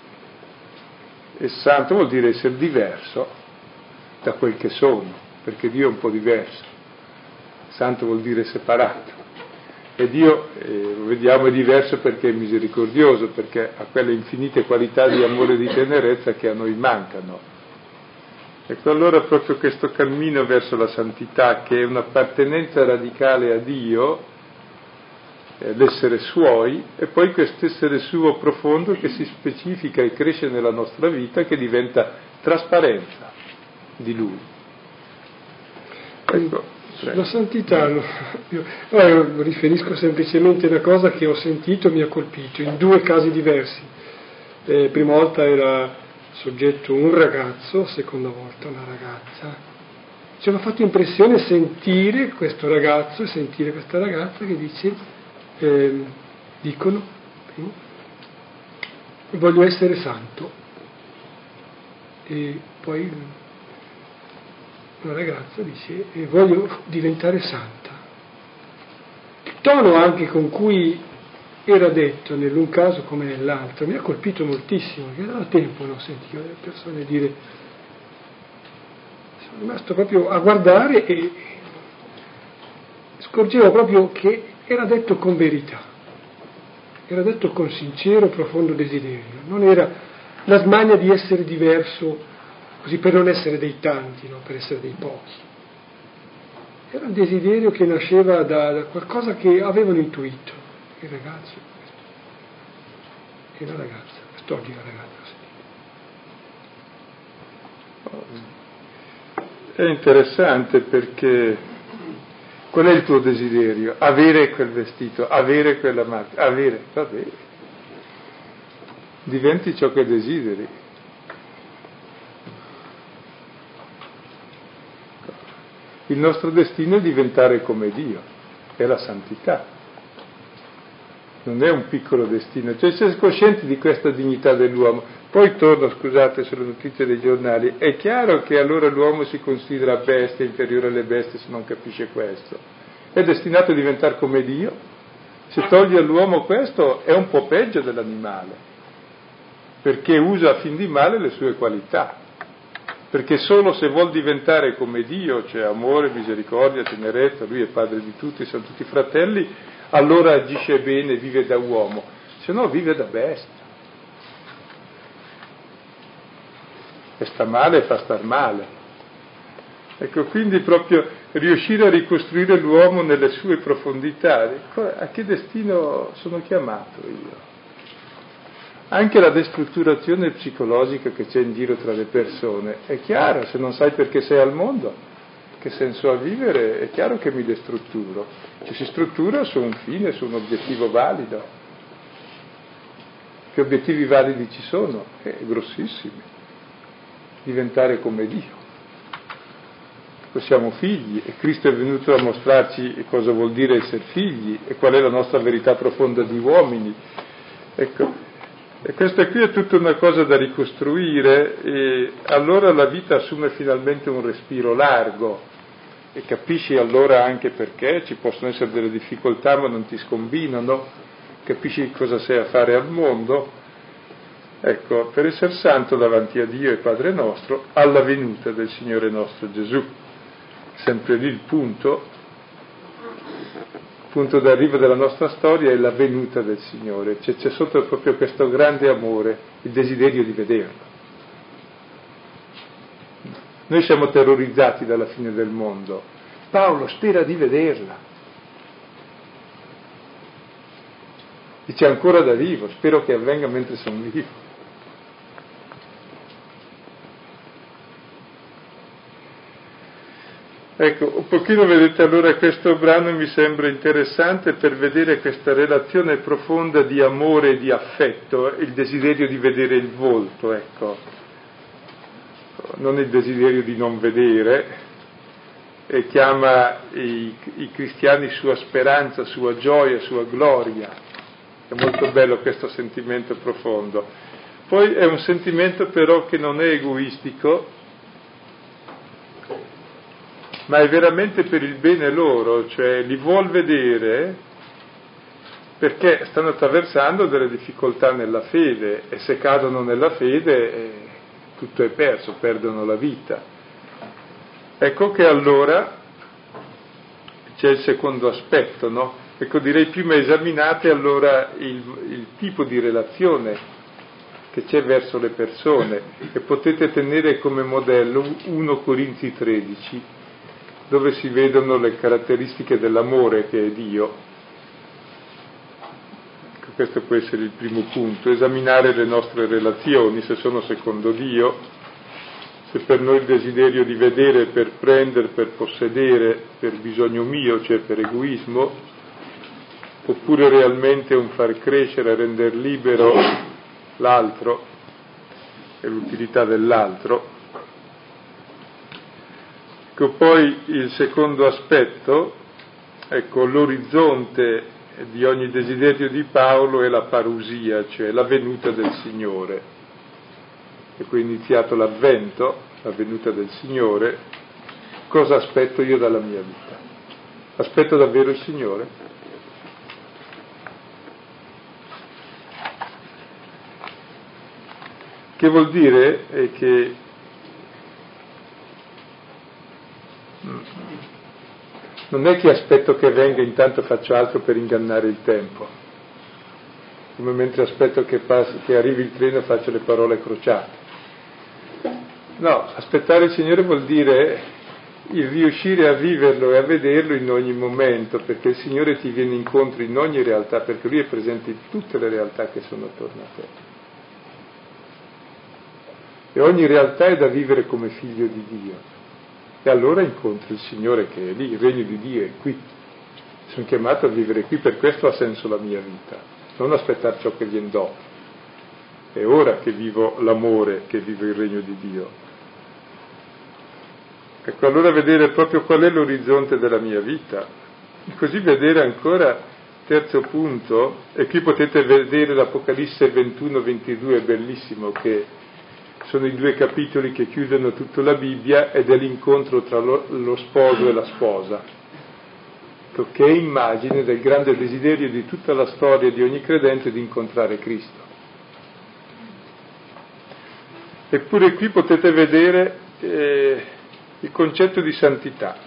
E santo vuol dire essere diverso da quel che sono, perché Dio è un po' diverso. Santo vuol dire separato. E Dio, eh, lo vediamo, è diverso perché è misericordioso, perché ha quelle infinite qualità di amore e di tenerezza che a noi mancano. Ecco, allora proprio questo cammino verso la santità, che è un'appartenenza radicale a Dio, eh, l'essere suoi, e poi quest'essere suo profondo che si specifica e cresce nella nostra vita, che diventa trasparenza di Lui. Ecco. La santità, no, io, no, io riferisco semplicemente una cosa che ho sentito, mi ha colpito, in due casi diversi. Eh, prima volta era soggetto un ragazzo, seconda volta una ragazza. Ci mi ha fatto impressione sentire questo ragazzo e sentire questa ragazza che dice, eh, dicono, primo, voglio essere santo. E poi una ragazza dice eh, voglio diventare santa. Il tono anche con cui era detto nell'un caso come nell'altro mi ha colpito moltissimo, perché da tempo non sentivo le persone dire, sono rimasto proprio a guardare e scorgevo proprio che era detto con verità, era detto con sincero, profondo desiderio, non era la smania di essere diverso così per non essere dei tanti, no? Per essere dei pochi. Era un desiderio che nasceva da, da qualcosa che avevano intuito il ragazzo e la ragazza, quest'oggi la ragazza. È interessante perché qual è il tuo desiderio? Avere quel vestito, avere quella macchina, avere, va bene. Diventi ciò che desideri. Il nostro destino è diventare come Dio, è la santità, non è un piccolo destino, cioè essere coscienti di questa dignità dell'uomo. Poi torno, scusate, sulle notizie dei giornali, è chiaro che allora l'uomo si considera bestia, inferiore alle bestie se non capisce questo, è destinato a diventare come Dio, se togli all'uomo questo è un po' peggio dell'animale, perché usa a fin di male le sue qualità. Perché solo se vuol diventare come Dio, cioè amore, misericordia, tenerezza, Lui è padre di tutti, siamo tutti fratelli, allora agisce bene, vive da uomo, se no vive da bestia. E sta male e fa star male. Ecco, quindi proprio riuscire a ricostruire l'uomo nelle sue profondità, a che destino sono chiamato io? Anche la destrutturazione psicologica che c'è in giro tra le persone, è chiaro, se non sai perché sei al mondo, che senso ha vivere, è chiaro che mi destrutturo. Ci si struttura su un fine, su un obiettivo valido. Che obiettivi validi ci sono? Eh, grossissimi. Diventare come Dio. Siamo figli e Cristo è venuto a mostrarci cosa vuol dire essere figli e qual è la nostra verità profonda di uomini. Ecco. E questa qui è tutta una cosa da ricostruire e allora la vita assume finalmente un respiro largo e capisci allora anche perché ci possono essere delle difficoltà ma non ti scombinano, capisci cosa sei a fare al mondo. Ecco, per essere santo davanti a Dio e Padre nostro alla venuta del Signore nostro Gesù. Sempre lì il punto. Il punto d'arrivo della nostra storia è la venuta del Signore, cioè c'è sotto proprio questo grande amore, il desiderio di vederlo. Noi siamo terrorizzati dalla fine del mondo. Paolo spera di vederla. Dice ancora da vivo, spero che avvenga mentre sono vivo. Ecco, un pochino vedete allora questo brano mi sembra interessante per vedere questa relazione profonda di amore e di affetto, il desiderio di vedere il volto, ecco, non il desiderio di non vedere, e chiama i, i cristiani sua speranza, sua gioia, sua gloria. È molto bello questo sentimento profondo. Poi è un sentimento però che non è egoistico, ma è veramente per il bene loro, cioè li vuol vedere perché stanno attraversando delle difficoltà nella fede e se cadono nella fede eh, tutto è perso, perdono la vita. Ecco che allora c'è il secondo aspetto, no? Ecco, direi prima esaminate allora il, il tipo di relazione che c'è verso le persone e potete tenere come modello primo Corinzi tredici, dove si vedono le caratteristiche dell'amore che è Dio. Questo può essere il primo punto, esaminare le nostre relazioni, se sono secondo Dio, se per noi il desiderio di vedere per prendere, per possedere, per bisogno mio, cioè per egoismo, oppure realmente un far crescere, rendere libero l'altro e l'utilità dell'altro. Ecco, poi il secondo aspetto, ecco, l'orizzonte di ogni desiderio di Paolo è la parusia, cioè la venuta del Signore. E qui è iniziato l'avvento, la venuta del Signore. Cosa aspetto io dalla mia vita? Aspetto davvero il Signore? Che vuol dire è che non è che aspetto che venga e intanto faccio altro per ingannare il tempo, come mentre aspetto che, passi, che arrivi il treno faccio le parole crociate. No, aspettare il Signore vuol dire il riuscire a viverlo e a vederlo in ogni momento, perché il Signore ti viene incontro in ogni realtà, perché Lui è presente in tutte le realtà che sono attorno a te. E ogni realtà è da vivere come figlio di Dio. E allora incontri il Signore che è lì, il regno di Dio è qui. Sono chiamato a vivere qui, per questo ha senso la mia vita, non aspettare ciò che viene dopo. È ora che vivo l'amore, che vivo il regno di Dio. Ecco, allora vedere proprio qual è l'orizzonte della mia vita. E così vedere ancora, terzo punto, e qui potete vedere l'Apocalisse ventuno ventidue, è bellissimo, che sono i due capitoli che chiudono tutta la Bibbia ed è l'incontro tra lo, lo sposo e la sposa, che è immagine del grande desiderio di tutta la storia di ogni credente di incontrare Cristo. Eppure qui potete vedere eh, il concetto di santità.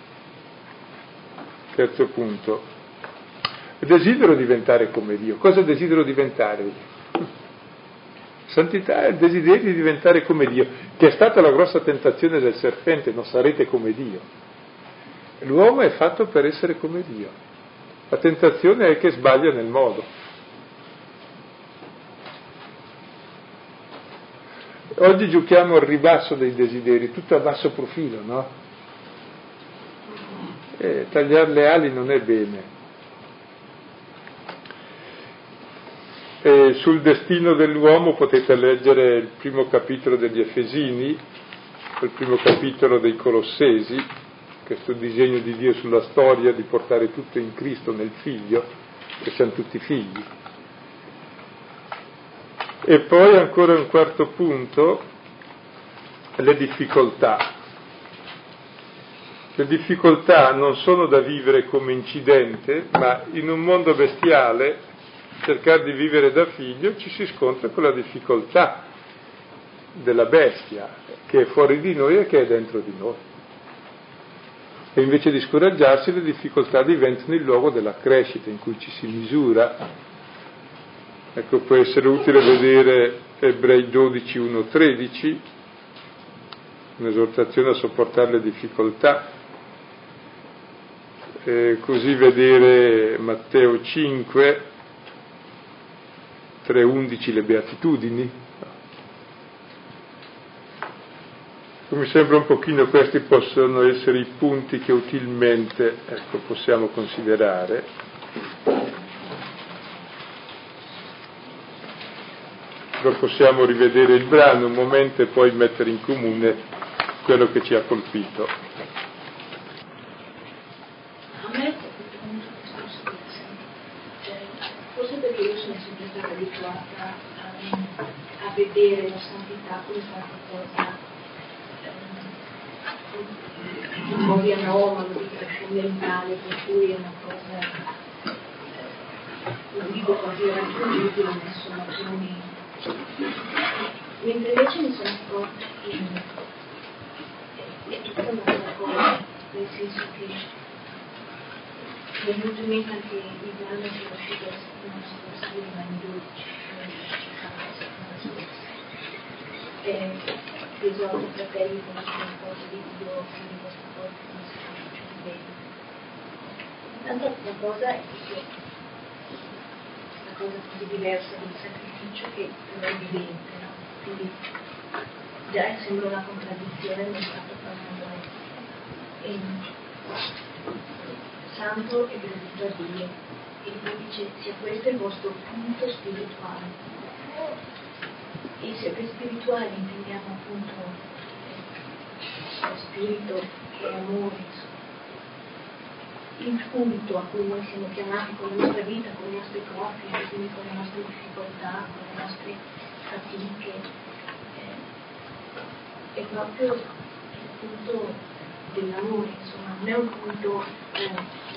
Terzo punto. Desidero diventare come Dio. Cosa desidero diventare? Santità è il desiderio di diventare come Dio, che è stata la grossa tentazione del serpente, non sarete come Dio. L'uomo è fatto per essere come Dio. La tentazione è che sbaglia nel modo. Oggi giochiamo al ribasso dei desideri, tutto a basso profilo, no? E tagliare le ali non è bene. E sul destino dell'uomo potete leggere il primo capitolo degli Efesini, il primo capitolo dei Colossesi, questo disegno di Dio sulla storia di portare tutto in Cristo, nel Figlio, che siamo tutti figli. E poi ancora un quarto punto, le difficoltà. Le difficoltà non sono da vivere come incidente, ma in un mondo bestiale cercare di vivere da figlio ci si scontra con la difficoltà della bestia che è fuori di noi e che è dentro di noi, e invece di scoraggiarsi le difficoltà diventano il luogo della crescita in cui ci si misura. Ecco, può essere utile vedere Ebrei dodici uno tredici, un'esortazione a sopportare le difficoltà. Eh, così vedere Matteo cinque, tre undici, le beatitudini. Mi sembra un pochino questi possono essere i punti che utilmente, ecco, possiamo considerare. Però possiamo rivedere il brano un momento e poi mettere in comune quello che ci ha colpito. A me forse perché io sono sempre stata abituata a, a vedere la santità come qualcosa un po' di anomalo, di trascendentale, per cui è una cosa, non dico quasi irraggiungibile, ma insomma più o meno. Mentre invece mi sono accorta che è tutta un'altra cosa, nel senso che mi è venuto in mente anche il brano che è uscito la settimana scorsa di Rimani dodici, la settimana scorsa. Esorto fratelli con le cose di Dio, che di questa cosa non si faccia bene. Intanto la cosa è che la cosa così diversa del sacrificio che è evidente, no? Quindi già sembra una contraddizione nel fatto parlando è santo e gradito a Dio, e poi dice sia questo il vostro punto spirituale. E se per spirituale intendiamo appunto lo spirito che è amore, il punto a cui noi siamo chiamati con la nostra vita, con le nostre coppie, quindi con le nostre difficoltà, con le nostre fatiche, eh, è proprio il punto dell'amore, insomma, non è un punto eh,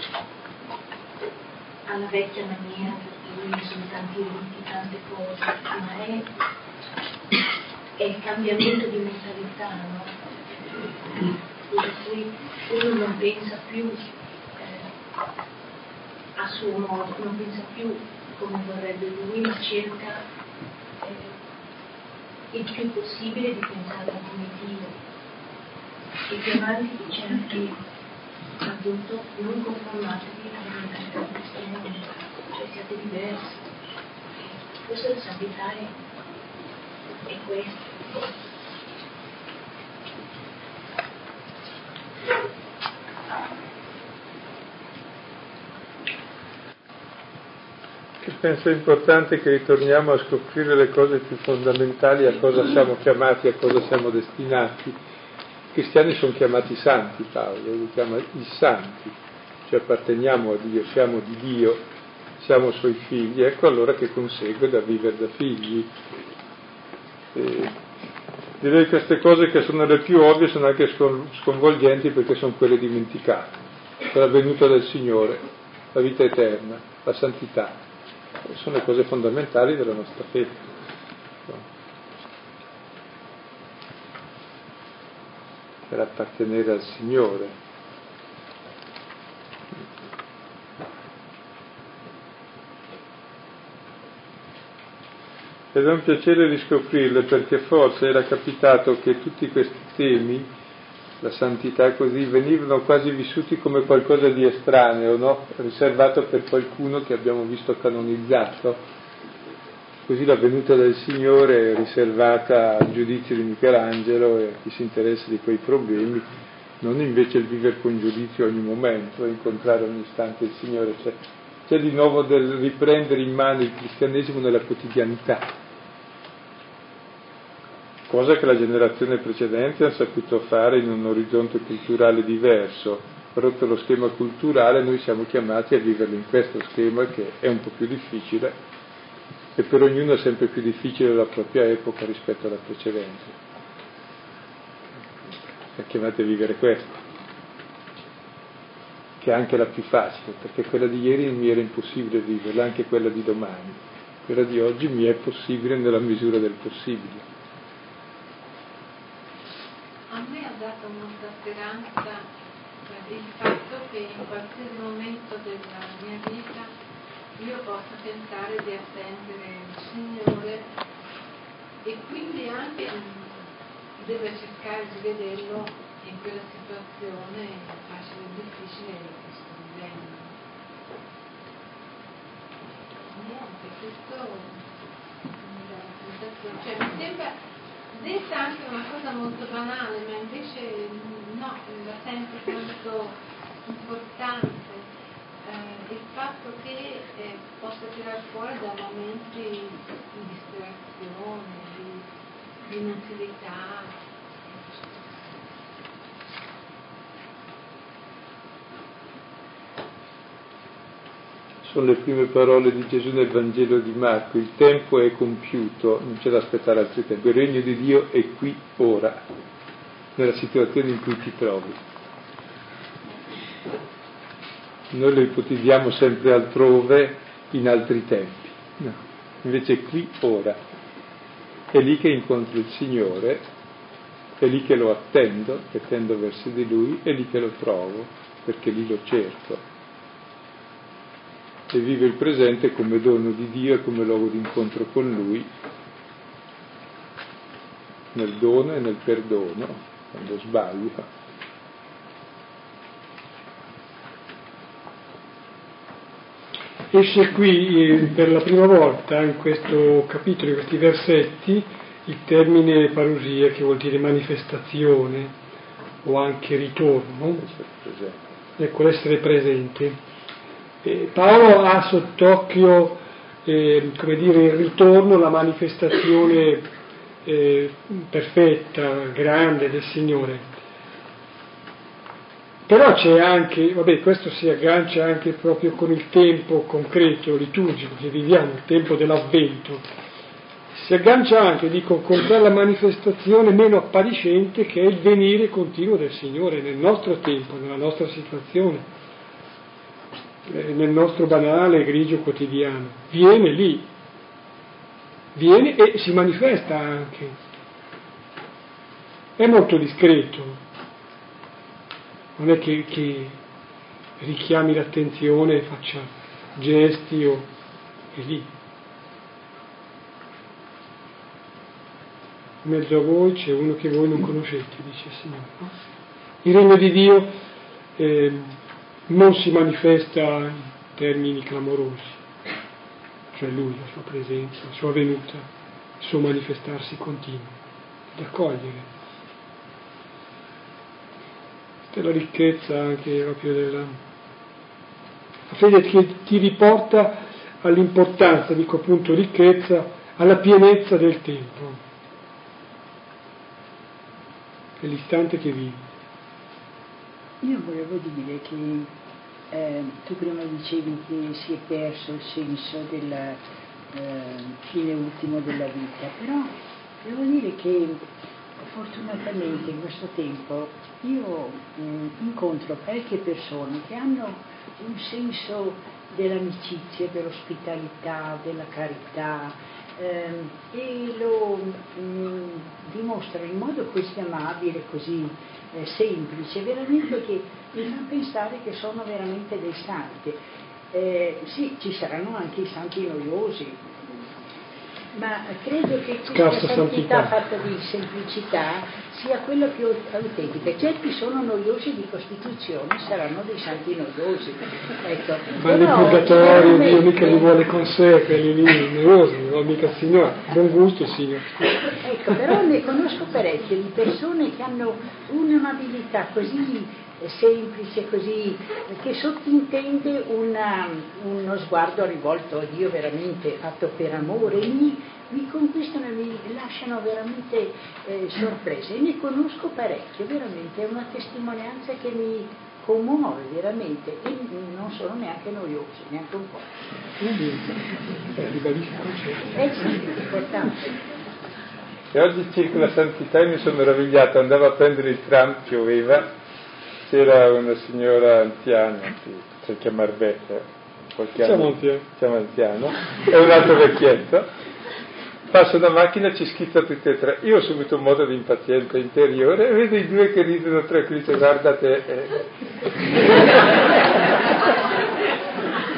alla vecchia maniera, per cui ci sono tanti riti, tante cose, ma è è il cambiamento di mentalità, no? Per cui uno non pensa più eh, a suo modo, non pensa più come vorrebbe lui, ma cerca eh, il più possibile di pensare come Dio. E più avanti dice anche appunto non conformatevi alla mentalità di questo mondo, cioè siate diversi. Forse la santità è è questo. Penso importante che ritorniamo a scoprire le cose più fondamentali, a cosa siamo chiamati, a cosa siamo destinati. I cristiani sono chiamati santi, Paolo li chiama i santi, cioè apparteniamo a Dio, siamo di Dio, siamo suoi figli, ecco allora che consegue da vivere da figli. E direi che queste cose che sono le più ovvie sono anche sconvolgenti perché sono quelle dimenticate. La venuta del Signore, la vita eterna, la santità, sono le cose fondamentali della nostra fede. Per appartenere al Signore. Ed è un piacere riscoprirle perché forse era capitato che tutti questi temi, la santità così, venivano quasi vissuti come qualcosa di estraneo, no? Riservato per qualcuno che abbiamo visto canonizzato. Così la venuta del Signore è riservata al giudizio di Michelangelo e a chi si interessa di quei problemi, non invece il vivere con giudizio ogni momento, incontrare ogni istante il Signore. C'è, c'è di nuovo del riprendere in mano il cristianesimo nella quotidianità. Cosa che la generazione precedente ha saputo fare in un orizzonte culturale diverso. Rotto lo schema culturale, noi siamo chiamati a viverlo in questo schema che è un po' più difficile e per ognuno è sempre più difficile la propria epoca rispetto alla precedente. Siamo chiamati a vivere questo, che è anche la più facile, perché quella di ieri mi era impossibile viverla, anche quella di domani. Quella di oggi mi è possibile nella misura del possibile. A me ha dato molta speranza il fatto che in qualsiasi momento della mia vita io possa pensare di attendere il Signore e quindi anche deve cercare di vederlo in quella situazione facile e difficile che sto vivendo. Niente, questo mi dà la sensazione, cioè mi sembra detta anche una cosa molto banale, ma invece no, la sento molto importante. Eh, il fatto che eh, possa tirare fuori da momenti di distrazione, di, di inutilità. Sono le prime parole di Gesù nel Vangelo di Marco: il tempo è compiuto, non c'è da aspettare altro tempo, il regno di Dio è qui ora, nella situazione in cui ti trovi. Noi lo ipotizziamo sempre altrove, in altri tempi, no, invece è qui ora, è lì che incontro il Signore, è lì che lo attendo, che tendo verso di Lui, è lì che lo trovo, perché lì lo cerco. E vive il presente come dono di Dio e come luogo di incontro con Lui, nel dono e nel perdono, quando sbaglio. Esce qui eh, per la prima volta in questo capitolo, in questi versetti, il termine parousia, che vuol dire manifestazione o anche ritorno, ecco, l'essere presente. Eh, Paolo ha sott'occhio eh, come dire, il ritorno, la manifestazione eh, perfetta, grande del Signore. Però c'è anche, vabbè, questo si aggancia anche proprio con il tempo concreto, liturgico che viviamo, il tempo dell'Avvento. Si aggancia anche, dico, con quella manifestazione meno appariscente che è il venire continuo del Signore nel nostro tempo, nella nostra situazione, nel nostro banale grigio quotidiano. Viene lì, viene e si manifesta anche. È molto discreto. Non è che, che richiami l'attenzione e faccia gesti o è lì. In mezzo a voi c'è uno che voi non conoscete, dice il Signore. No? Il regno di Dio eh, non si manifesta in termini clamorosi, cioè Lui, la sua presenza, la sua venuta, il suo manifestarsi continuo, da accogliere. È la ricchezza anche proprio della la fede che ti riporta all'importanza, dico appunto ricchezza, alla pienezza del tempo, è l'istante che vivi. Io volevo dire che eh, tu prima dicevi che si è perso il senso del eh, fine ultimo della vita, però devo dire che fortunatamente in questo tempo io mh, incontro parecchie persone che hanno un senso dell'amicizia, dell'ospitalità, della carità ehm, e lo mh, dimostrano in modo così amabile, così eh, semplice, veramente che mi fa pensare che sono veramente dei santi. Eh, sì, ci saranno anche i santi noiosi, ma credo che questa Scarsa santità santità fatta di semplicità sia quella più autentica. Certi sono noiosi di costituzione, saranno dei santi noiosi. Ecco. Ma nel purgatorio Dio mica li vuole con sé, quelli lì noiosi, non vuole mica il Signore. Buon gusto, Signore. Ecco, però ne conosco parecchie di persone che hanno un'amabilità così semplice, così che sottintende una, uno sguardo rivolto a Dio veramente fatto per amore, e mi, mi conquistano e mi lasciano veramente eh, sorprese. E ne conosco parecchie, veramente è una testimonianza che mi commuove veramente e non sono neanche noiosi, neanche un po'. Eh, ribadisco il concetto. Eh sì, è importante. E oggi circa la santità e mi sono meravigliato, andavo a prendere il tram, pioveva, c'era una signora anziana, si potrei chiamare vecchia, qualche anno, anziano. Siamo anziano, e un altro vecchietto, passa una macchina e ci schizza tutti e tre. Io ho subito un modo di impazienza interiore e vedo i due che ridono tre, che dice guarda te. Eh.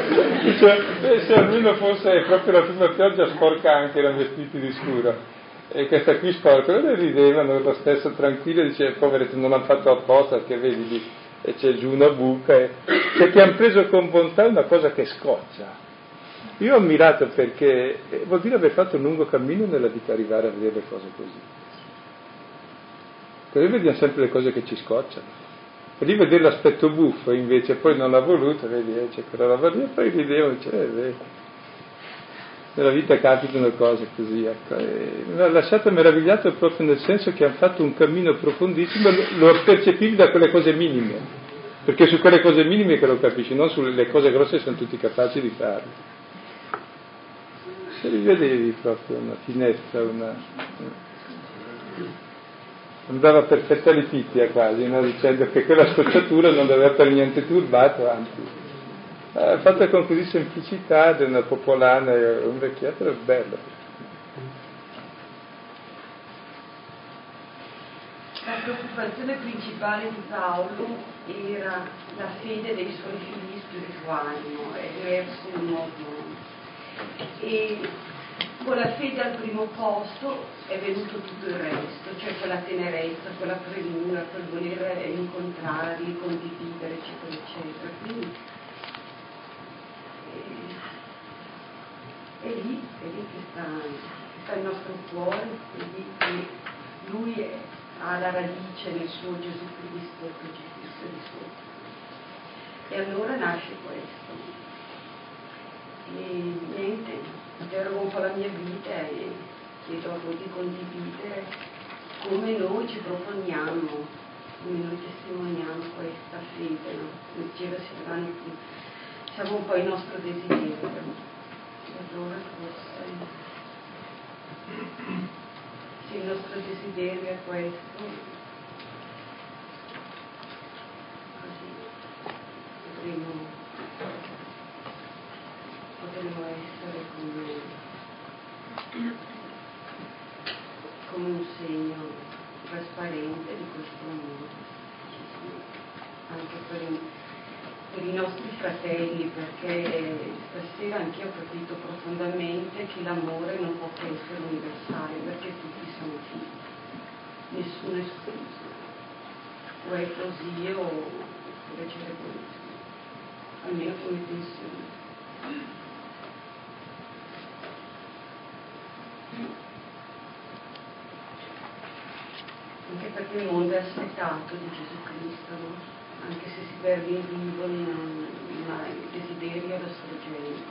Dice, eh, se almeno fosse proprio la prima pioggia sporca anche i vestiti di scuro. e questa qui sporca, loro ridevano lo stesso tranquillo, diceva poveretto non l'hanno fatto apposta perché vedi lì e c'è giù una buca, e... cioè che hanno preso con bontà una cosa che scoccia. Io ho ammirato perché vuol dire aver fatto un lungo cammino nella vita arrivare a vedere le cose così. Perché vediamo sempre le cose che ci scocciano. E lì vedere l'aspetto buffo invece poi non l'ha voluto, vedi, eh, c'è quella roba lì e poi ridevo, dice, eh, vedi. Nella vita capitano cose così, ecco. E mi ha lasciato meravigliato proprio nel senso che hanno fatto un cammino profondissimo, lo, lo percepivi da quelle cose minime, perché su quelle cose minime che lo capisci, non sulle cose grosse sono tutti capaci di farle. Se li vedevi proprio una finestra, una... andava perfetta Letizia quasi, no? Dicendo che quella scocciatura non l'aveva per niente turbato, anzi. Eh, fatta con così semplicità, di una popolana e un vecchietto, era bello. La preoccupazione principale di Paolo era la fede dei suoi figli spirituali, no? È verso un modo. E con la fede al primo posto è venuto tutto il resto, cioè quella tenerezza, quella premura, quel voler incontrarli, condividere, eccetera, eccetera. Quindi è lì, è lì che sta, che sta il nostro cuore, è lì che lui è, ha la radice nel suo Gesù Cristo, che ci fissa di sotto. E allora nasce questo. E niente, interrogo un po' la mia vita e chiedo a voi di condividere come noi ci proponiamo, come noi testimoniamo questa fede, no? Come diceva Silvano, siamo un po' il nostro desiderio. Allora forse se il nostro desiderio è questo, così potremo, potremo essere come, come un segno trasparente di questo amore, anche per il per i nostri fratelli, perché stasera anche io ho capito profondamente che l'amore non può che essere universale, perché tutti sono figli, nessuno è escluso, o è così o oppure c'è l'evoluzione, almeno come pensione. Anche perché il mondo è assetato di Gesù Cristo, no? Anche se si perde in rivoli, ma il desiderio è la sorgente.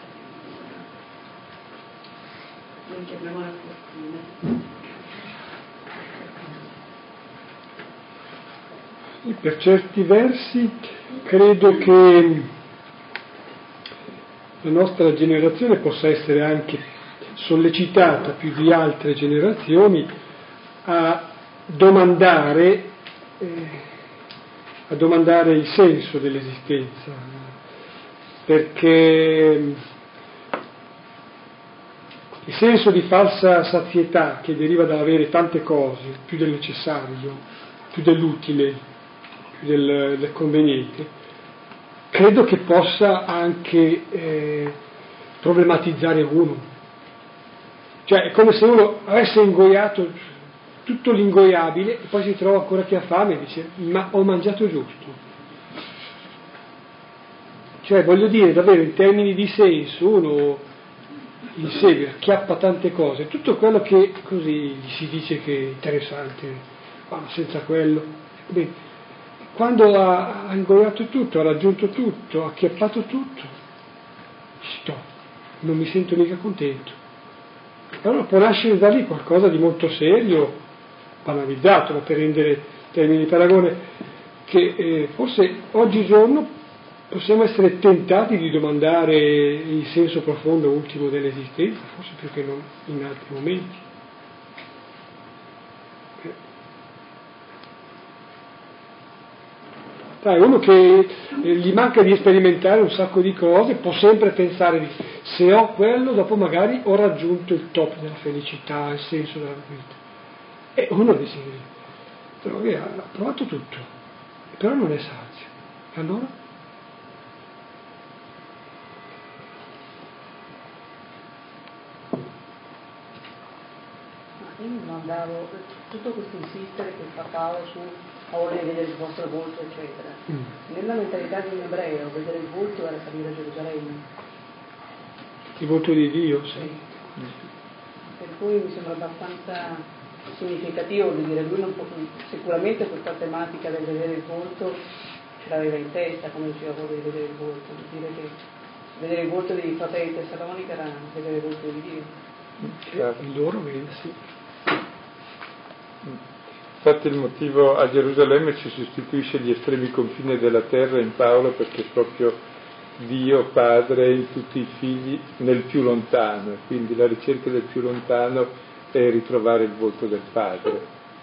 Noi che abbiamo la fortuna. E per certi versi credo che la nostra generazione possa essere anche sollecitata più di altre generazioni a domandare eh, a domandare il senso dell'esistenza, perché il senso di falsa sazietà che deriva dall'avere tante cose, più del necessario, più dell'utile, più del, del conveniente, credo che possa anche eh, problematizzare uno. Cioè è come se uno avesse ingoiato tutto l'ingoiabile e poi si trova ancora che ha fame e dice ma ho mangiato giusto. Cioè voglio dire davvero in termini di senso uno insegue, acchiappa tante cose, tutto quello che così gli si dice che è interessante, ma senza quello. Bene, quando ha, ha ingoiato tutto, ha raggiunto tutto, ha acchiappato tutto, sto, non mi sento mica contento. Allora può nascere da lì qualcosa di molto serio, banalizzato, ma per rendere termini di paragone, che eh, forse oggigiorno possiamo essere tentati di domandare il senso profondo ultimo dell'esistenza, forse più che non in altri momenti. Dai, uno che eh, gli manca di sperimentare un sacco di cose può sempre pensare di se ho quello dopo magari ho raggiunto il top della felicità, il senso della vita. E uno dice, però via, ha provato tutto, però non è sazio. E allora? Io andavo, tutto questo insistere che fa Paolo su a voler vedere il vostro volto, eccetera. Mm. Nella mentalità di un ebreo, vedere il volto era salire a Gerusalemme. Il volto di Dio, sì. sì. Mm. Per cui mi sembra abbastanza significativo di dire, lui non può, sicuramente questa tematica del vedere il volto ce l'aveva in testa, come diceva voler vedere il volto, vuol dire che vedere il volto dei fratelli di Tessalonica era vedere il volto di Dio. Certo. Il loro vede, sì. Infatti il motivo a Gerusalemme ci sostituisce gli estremi confini della terra in Paolo, perché proprio Dio Padre in tutti i figli nel più lontano, e quindi la ricerca del più lontano è ritrovare il volto del Padre.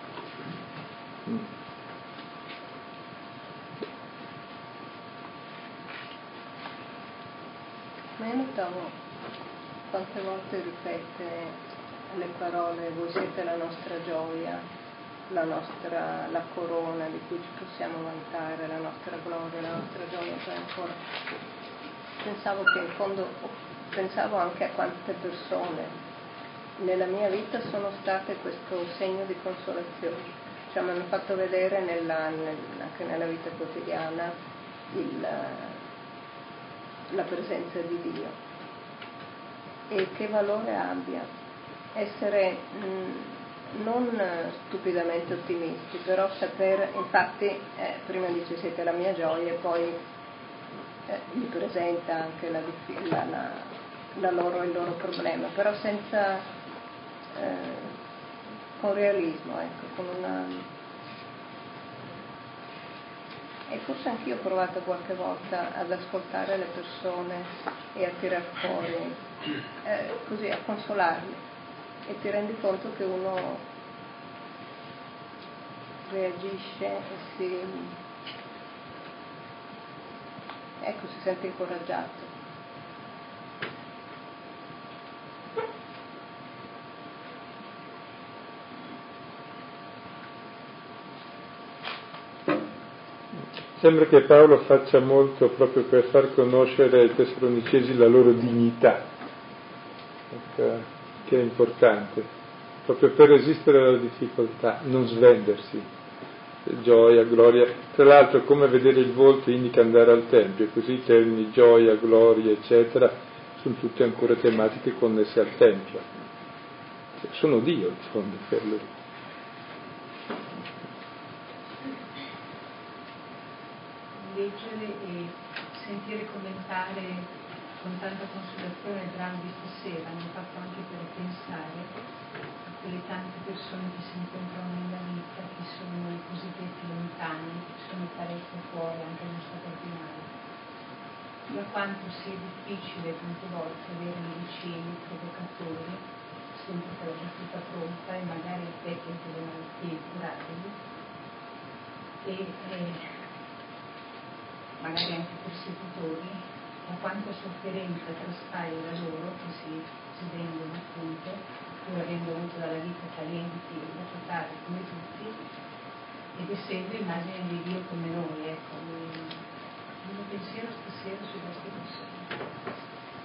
Ma io notavo quante volte ripete le parole: voi siete la nostra gioia, la nostra la corona di cui ci possiamo vantare, la nostra gloria, la nostra gioia. Poi ancora pensavo che in fondo pensavo anche a quante persone nella mia vita sono state questo segno di consolazione, cioè mi hanno fatto vedere nella, nel, anche nella vita quotidiana il, la presenza di Dio, e che valore abbia essere mh, non stupidamente ottimisti, però sapere, infatti eh, prima dice siete la mia gioia e poi eh, mi presenta anche la, la, la, la loro, il loro problema, però senza eh, con realismo, ecco, con una. E forse anch'io ho provato qualche volta ad ascoltare le persone e a tirar fuori, eh, così a consolarli, e ti rendi conto che uno reagisce e si, ecco, si sente incoraggiato. Sembra che Paolo faccia molto proprio per far conoscere ai Tessalonicesi la loro dignità, che è importante, proprio per resistere alla difficoltà, non svendersi, gioia, gloria. Tra l'altro, come vedere il volto indica andare al Tempio, e così i termini gioia, gloria, eccetera, sono tutte ancora tematiche connesse al Tempio. Sono Dio, in fondo, per lui. Leggere e sentire commentare con tanta consolazione il brano di stasera mi ha fatto anche per pensare a quelle tante persone che si incontrano nella vita, che sono i cosiddetti lontani, che sono parecchio fuori anche nello stato ordinario. Da quanto sia difficile tante volte avere vicini, provocatori, sempre con la battuta pronta e magari tecniche delle malattie incurabili, e eh, magari anche persecutori, da quanta sofferenza traspaia da loro, che si, si vendono appunto, pur avendo avuto dalla vita talenti da totale come tutti, ed essendo immagine di Dio come noi, ecco. Il mio pensiero stasera su queste persone.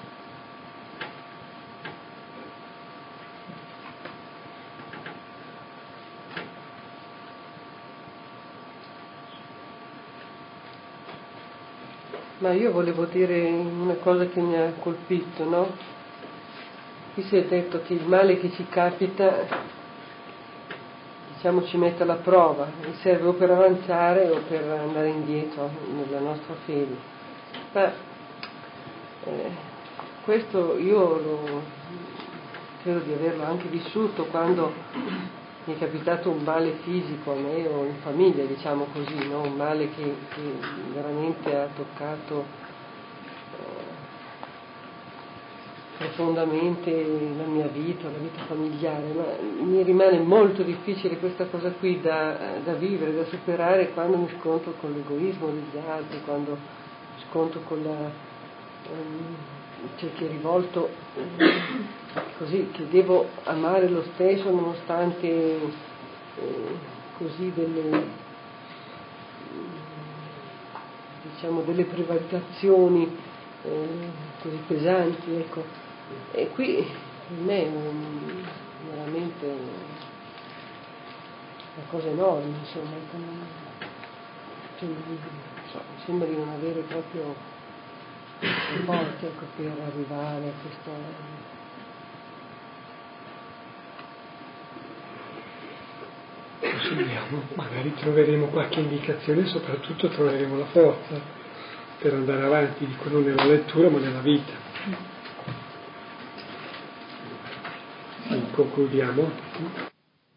Ma io volevo dire una cosa che mi ha colpito, no? Qui si è detto che il male che ci capita, diciamo, ci mette alla prova, e serve o per avanzare o per andare indietro nella nostra fede. Ma eh, questo io lo, credo di averlo anche vissuto quando mi è capitato un male fisico a me o in famiglia, diciamo così, no? Un male che, che veramente ha toccato eh, profondamente la mia vita, la vita familiare, ma mi rimane molto difficile questa cosa qui da, da vivere, da superare, quando mi scontro con l'egoismo degli altri, quando mi scontro con la... Um, cioè che è rivolto così, che devo amare lo stesso nonostante eh, così delle diciamo delle prevaricazioni eh, così pesanti, ecco. E qui per me è un, veramente una cosa enorme, insomma, non, cioè, non so, mi sembra di non avere proprio le forze, ecco, per arrivare a questo. Proseguiamo, magari troveremo qualche indicazione e soprattutto troveremo la forza per andare avanti, dico non nella lettura ma nella vita. Sì, concludiamo.